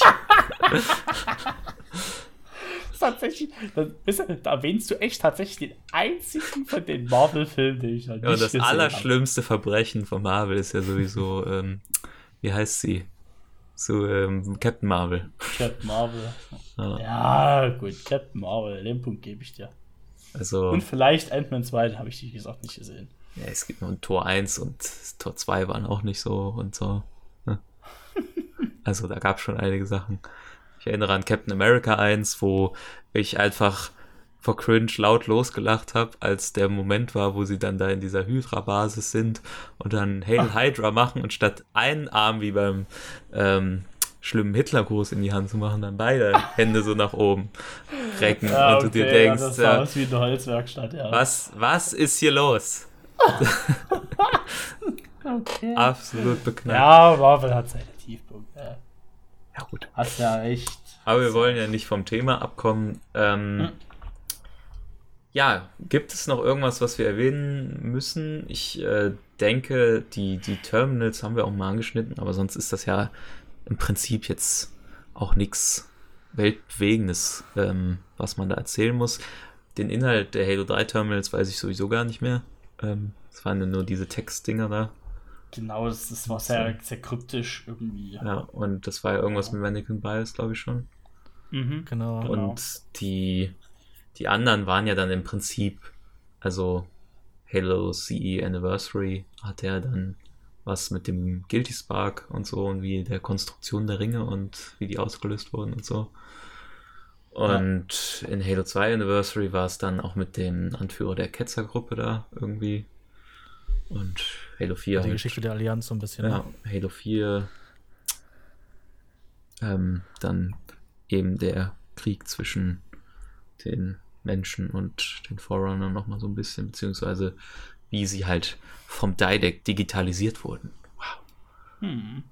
Tatsächlich, da, da erwähnst du echt tatsächlich den einzigen von den Marvel-Filmen, den ich noch nicht Ja, und das gesehen allerschlimmste Verbrechen von Marvel ist ja sowieso, ähm, wie heißt sie? So, ähm, Captain Marvel. habe. Captain Marvel. Ja. Ja, gut, Captain Marvel, den Punkt gebe ich dir. Also, Und vielleicht Ant-Man zwei, den habe ich, wie gesagt, nicht gesehen. ja, es gibt noch ein Tor eins und Tor zwei waren auch nicht so und so. Ne? Also, da gab es schon einige Sachen. Ich erinnere an Captain America eins, wo ich einfach vor Cringe laut losgelacht habe, als der Moment war, wo sie dann da in dieser Hydra-Basis sind und dann Hail Hydra machen und statt einen Arm wie beim ähm, schlimmen Hitlergruß in die Hand zu machen, dann beide Hände so nach oben recken Ja, und du dir okay, denkst, ja, das sah ja, aus wie eine Holzwerkstatt, ja. was, was ist hier los? Okay. Absolut beknallt. Ja, Marvel hat seine Tiefpunkte. Ja, gut. Hast ja recht. Aber wir wollen ja nicht vom Thema abkommen. Ähm, Hm. Ja, gibt es noch irgendwas, was wir erwähnen müssen? Ich äh, denke, die, die Terminals haben wir auch mal angeschnitten, aber sonst ist das ja im Prinzip jetzt auch nichts Weltbewegendes, ähm, was man da erzählen muss. Den Inhalt der Halo drei Terminals weiß ich sowieso gar nicht mehr. Ähm, es waren ja nur diese Textdinger da. Genau, das, das war sehr, sehr kryptisch irgendwie. Ja, und das war ja irgendwas mit Mannequin Bias, glaube ich schon. Mhm. Genau. Genau. Und die, die anderen waren ja dann im Prinzip, also Halo C E Anniversary hatte ja dann was mit dem Guilty Spark und so und wie der Konstruktion der Ringe und wie die ausgelöst wurden und so. Und ja. In Halo zwei Anniversary war es dann auch mit dem Anführer der Ketzergruppe da irgendwie. Und Halo vier. Die halt, Geschichte der Allianz so ein bisschen. Ja, Halo vier. Ähm, dann eben der Krieg zwischen den Menschen und den Forerunnern nochmal so ein bisschen, beziehungsweise wie sie halt vom Didact digitalisiert wurden. Wow. Hm.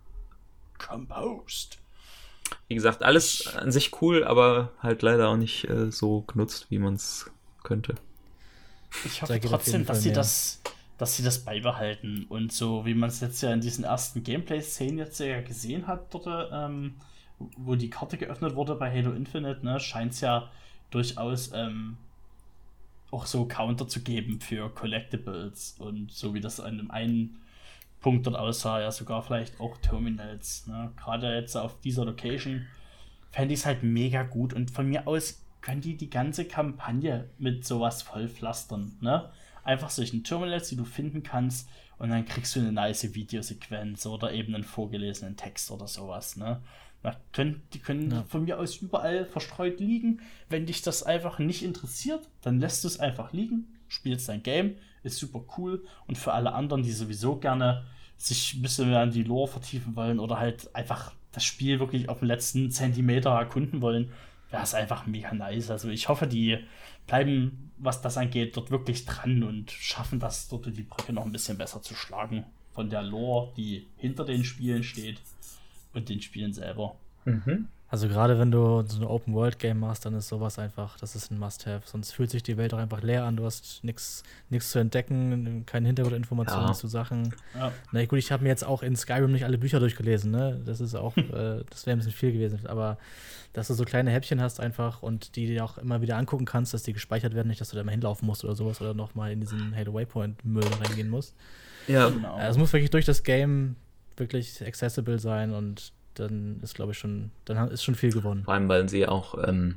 Composed. Wie gesagt, alles an sich cool, aber halt leider auch nicht äh, so genutzt, wie man es könnte. Ich hoffe trotzdem, dass sie das, dass sie das beibehalten und so, wie man es jetzt ja in diesen ersten Gameplay-Szenen jetzt ja gesehen hat, dort, ähm, wo die Karte geöffnet wurde bei Halo Infinite, ne, scheint es ja durchaus ähm, auch so Counter zu geben für Collectibles und so wie das an dem einen Punkt dort aussah, ja sogar vielleicht auch Terminals. Ne? Gerade jetzt auf dieser Location fände ich es halt mega gut und von mir aus können die die ganze Kampagne mit sowas vollpflastern. Ne? Einfach solchen Terminals, die du finden kannst und dann kriegst du eine nice Videosequenz oder eben einen vorgelesenen Text oder sowas. Ne? Na, können, die können ja. von mir aus überall verstreut liegen. Wenn dich das einfach nicht interessiert, dann lässt du es einfach liegen, spielst dein Game, ist super cool und für alle anderen, die sowieso gerne sich ein bisschen mehr an die Lore vertiefen wollen oder halt einfach das Spiel wirklich auf den letzten Zentimeter erkunden wollen, wäre es einfach mega nice. Also ich hoffe, die bleiben, was das angeht, dort wirklich dran und schaffen das, dort die Brücke noch ein bisschen besser zu schlagen von der Lore, die hinter den Spielen steht und den Spielen selber. Mhm. Also gerade wenn du so ein Open-World-Game machst, dann ist sowas einfach, das ist ein Must-Have. Sonst fühlt sich die Welt auch einfach leer an. Du hast nichts zu entdecken, keine Hintergrundinformationen ja. zu Sachen. Ja. Na gut, ich habe mir jetzt auch in Skyrim nicht alle Bücher durchgelesen, ne? Das ist auch, äh, das wäre ein bisschen viel gewesen. Aber dass du so kleine Häppchen hast einfach und die dir auch immer wieder angucken kannst, dass die gespeichert werden, nicht, dass du da mal hinlaufen musst oder sowas oder nochmal in diesen Halo Waypoint-Müll reingehen musst. Ja, genau. Es muss wirklich durch das Game wirklich accessible sein und dann ist, glaube ich, schon, dann ist schon viel gewonnen. Vor allem, weil sie auch ähm,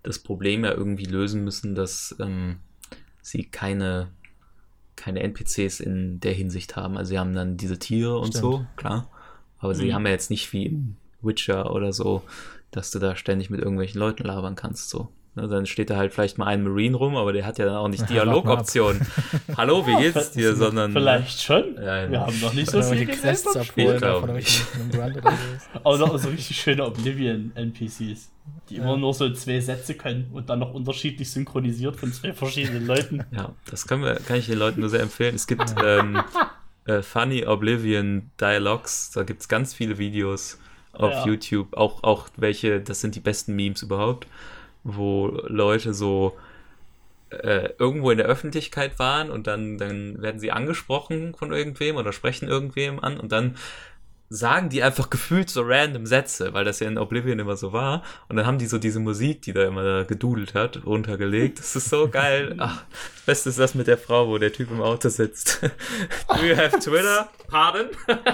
das Problem ja irgendwie lösen müssen, dass ähm, sie keine, keine N P Cs in der Hinsicht haben. Also sie haben dann diese Tiere und Stimmt. so, klar. Aber sie Mhm. haben ja jetzt nicht wie in Witcher oder so, dass du da ständig mit irgendwelchen Leuten labern kannst, so. Ne, dann steht da halt vielleicht mal ein Marine rum, aber der hat ja dann auch nicht Ja, Dialogoptionen. Hallo, wie geht's dir? Sondern Vielleicht schon. Ja, Wir ja. haben noch nicht so viel Irgendwelche Quests gesehen. abholen glaub von nicht. irgendwelchen Grunt oder so. Aber noch so richtig schöne Oblivion-N P Cs, die immer nur so zwei Sätze können und dann noch unterschiedlich synchronisiert von zwei verschiedenen Leuten. Ja, das können wir, kann ich den Leuten nur sehr empfehlen. Es gibt ähm, äh, Funny Oblivion Dialogues, da gibt es ganz viele Videos auf Ja. YouTube, auch, auch welche, das sind die besten Memes überhaupt, wo Leute so äh, irgendwo in der Öffentlichkeit waren und dann, dann werden sie angesprochen von irgendwem oder sprechen irgendwem an und dann sagen die einfach gefühlt so random Sätze, weil das ja in Oblivion immer so war. Und dann haben die so diese Musik, die da immer da gedudelt hat, runtergelegt. Das ist so geil. Ach, das Beste ist das mit der Frau, wo der Typ im Auto sitzt. Do you have Twitter? Pardon?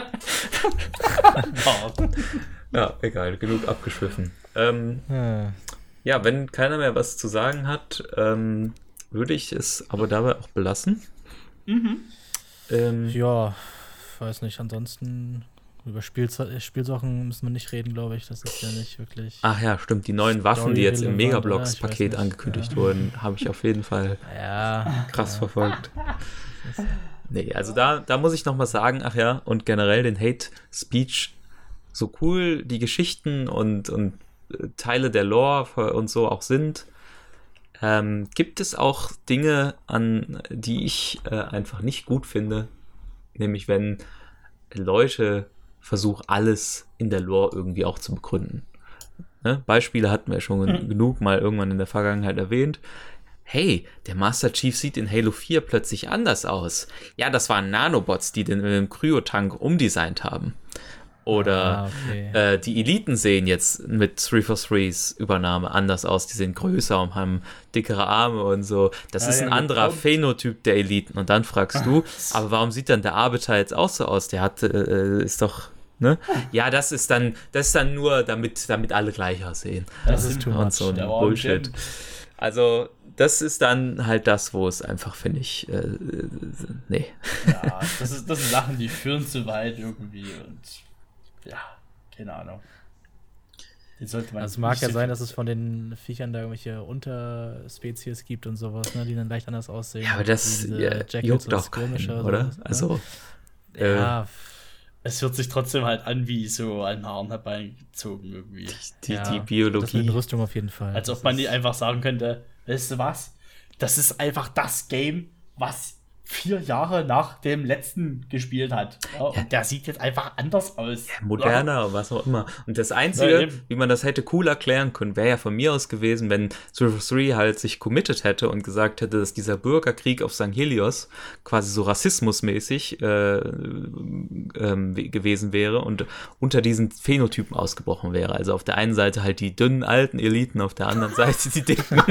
Ja, egal, genug abgeschwiffen. Ähm, Hm. ja, wenn keiner mehr was zu sagen hat, ähm, würde ich es aber dabei auch belassen. Mhm. Ähm, Ja, weiß nicht. Ansonsten über Spielze Spielsachen müssen wir nicht reden, glaube ich. Das ist ja nicht wirklich. Ach ja, stimmt, die neuen Waffen, die jetzt im Story-relevant, oder? Megablocks-Paket Ich weiß nicht, angekündigt ja. wurden, habe ich auf jeden Fall Ja. krass verfolgt. Nee, also da, da muss ich noch mal sagen, ach ja, und generell den Hate Speech, so cool die Geschichten und, und äh, Teile der Lore und so auch sind, ähm, gibt es auch Dinge, an die ich äh, einfach nicht gut finde, nämlich wenn Leute versuchen, alles in der Lore irgendwie auch zu begründen. Ne? Beispiele hatten wir schon Mhm. genug mal irgendwann in der Vergangenheit erwähnt. Hey, der Master Chief sieht in Halo vier plötzlich anders aus. Ja, das waren Nanobots, die den im Kryotank umdesignt haben. Oder Ah, okay. äh, die Eliten sehen jetzt mit drei vier drei Übernahme anders aus. Die sind größer und haben dickere Arme und so. Das Ja, ist ja, ein anderer gekommen. Phänotyp der Eliten. Und dann fragst du, aber warum sieht dann der Arbiter jetzt auch so aus? Der hat, äh, ist doch, ne? Ja, das ist dann, das ist dann nur, damit, damit alle gleich aussehen. Das ist too Und much. so ein Der war Bullshit. im Gym. Also, das ist dann halt das, wo es einfach, finde ich, äh, nee. Ja, das, ist, das sind Sachen, die führen zu weit irgendwie und ja, keine Ahnung. Die sollte man Also es mag nicht ja so sein, viel- dass es von den Viechern da irgendwelche Unterspezies gibt und sowas, ne, die dann leicht anders aussehen. Ja, aber das Wie diese ja, Jackals juckt oder doch keinen, Skirmisher oder? sowas, ne? Also, äh, Ja, Es hört sich trotzdem halt an wie so an Haaren herbeigezogen irgendwie. die, ja, die das mit Biologie. den Rüstung auf jeden Fall. Als Das ob man ist- die einfach sagen könnte, weißt du was? Das ist einfach das Game, was vier Jahre nach dem letzten gespielt hat. Ja, und der sieht jetzt einfach anders aus. Moderner oder was auch immer. Und das Ja, Einzige, eben. wie man das hätte cool erklären können, wäre ja von mir aus gewesen, wenn drei vier drei halt sich committed hätte und gesagt hätte, dass dieser Bürgerkrieg auf Sankt Helios quasi so rassismusmäßig äh, ähm, gewesen wäre und unter diesen Phänotypen ausgebrochen wäre. Also auf der einen Seite halt die dünnen alten Eliten, auf der anderen Seite die dicken.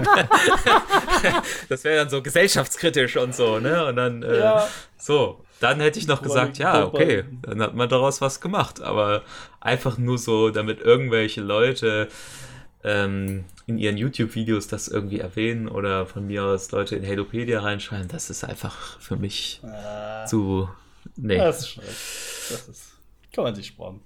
Das wäre dann so gesellschaftskritisch und so, ne? Und dann, äh, Ja. so, dann hätte ich noch gesagt, ja, okay, Bomben. dann hat man daraus was gemacht. Aber einfach nur so, damit irgendwelche Leute ähm, in ihren YouTube-Videos das irgendwie erwähnen oder von mir aus Leute in Halopedia reinschreiben, das ist einfach für mich Äh, zu, nee. Das ist schlecht. Das ist, kann man sich sparen.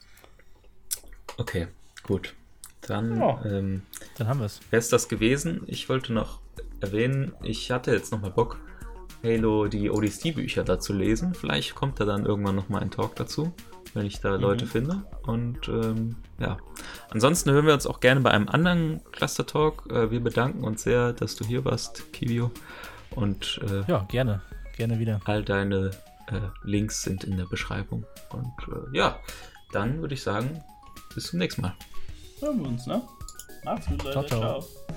Okay, gut. Dann Ja. ähm, Dann haben wir es. wäre es das gewesen. Ich wollte noch erwähnen, ich hatte jetzt nochmal Bock, Halo, die O D S T-Bücher dazu lesen. Vielleicht kommt da dann irgendwann nochmal ein Talk dazu, wenn ich da Leute finde. Und ähm, ja, ansonsten hören wir uns auch gerne bei einem anderen Cluster Talk. Äh, wir bedanken uns sehr, dass du hier warst, Kivio. Und äh, Ja, gerne. Gerne wieder. all deine äh, Links sind in der Beschreibung. Und äh, ja, dann würde ich sagen, bis zum nächsten Mal. Hören wir uns, ne? Macht's gut, Leute. Ciao, ciao. Ciao.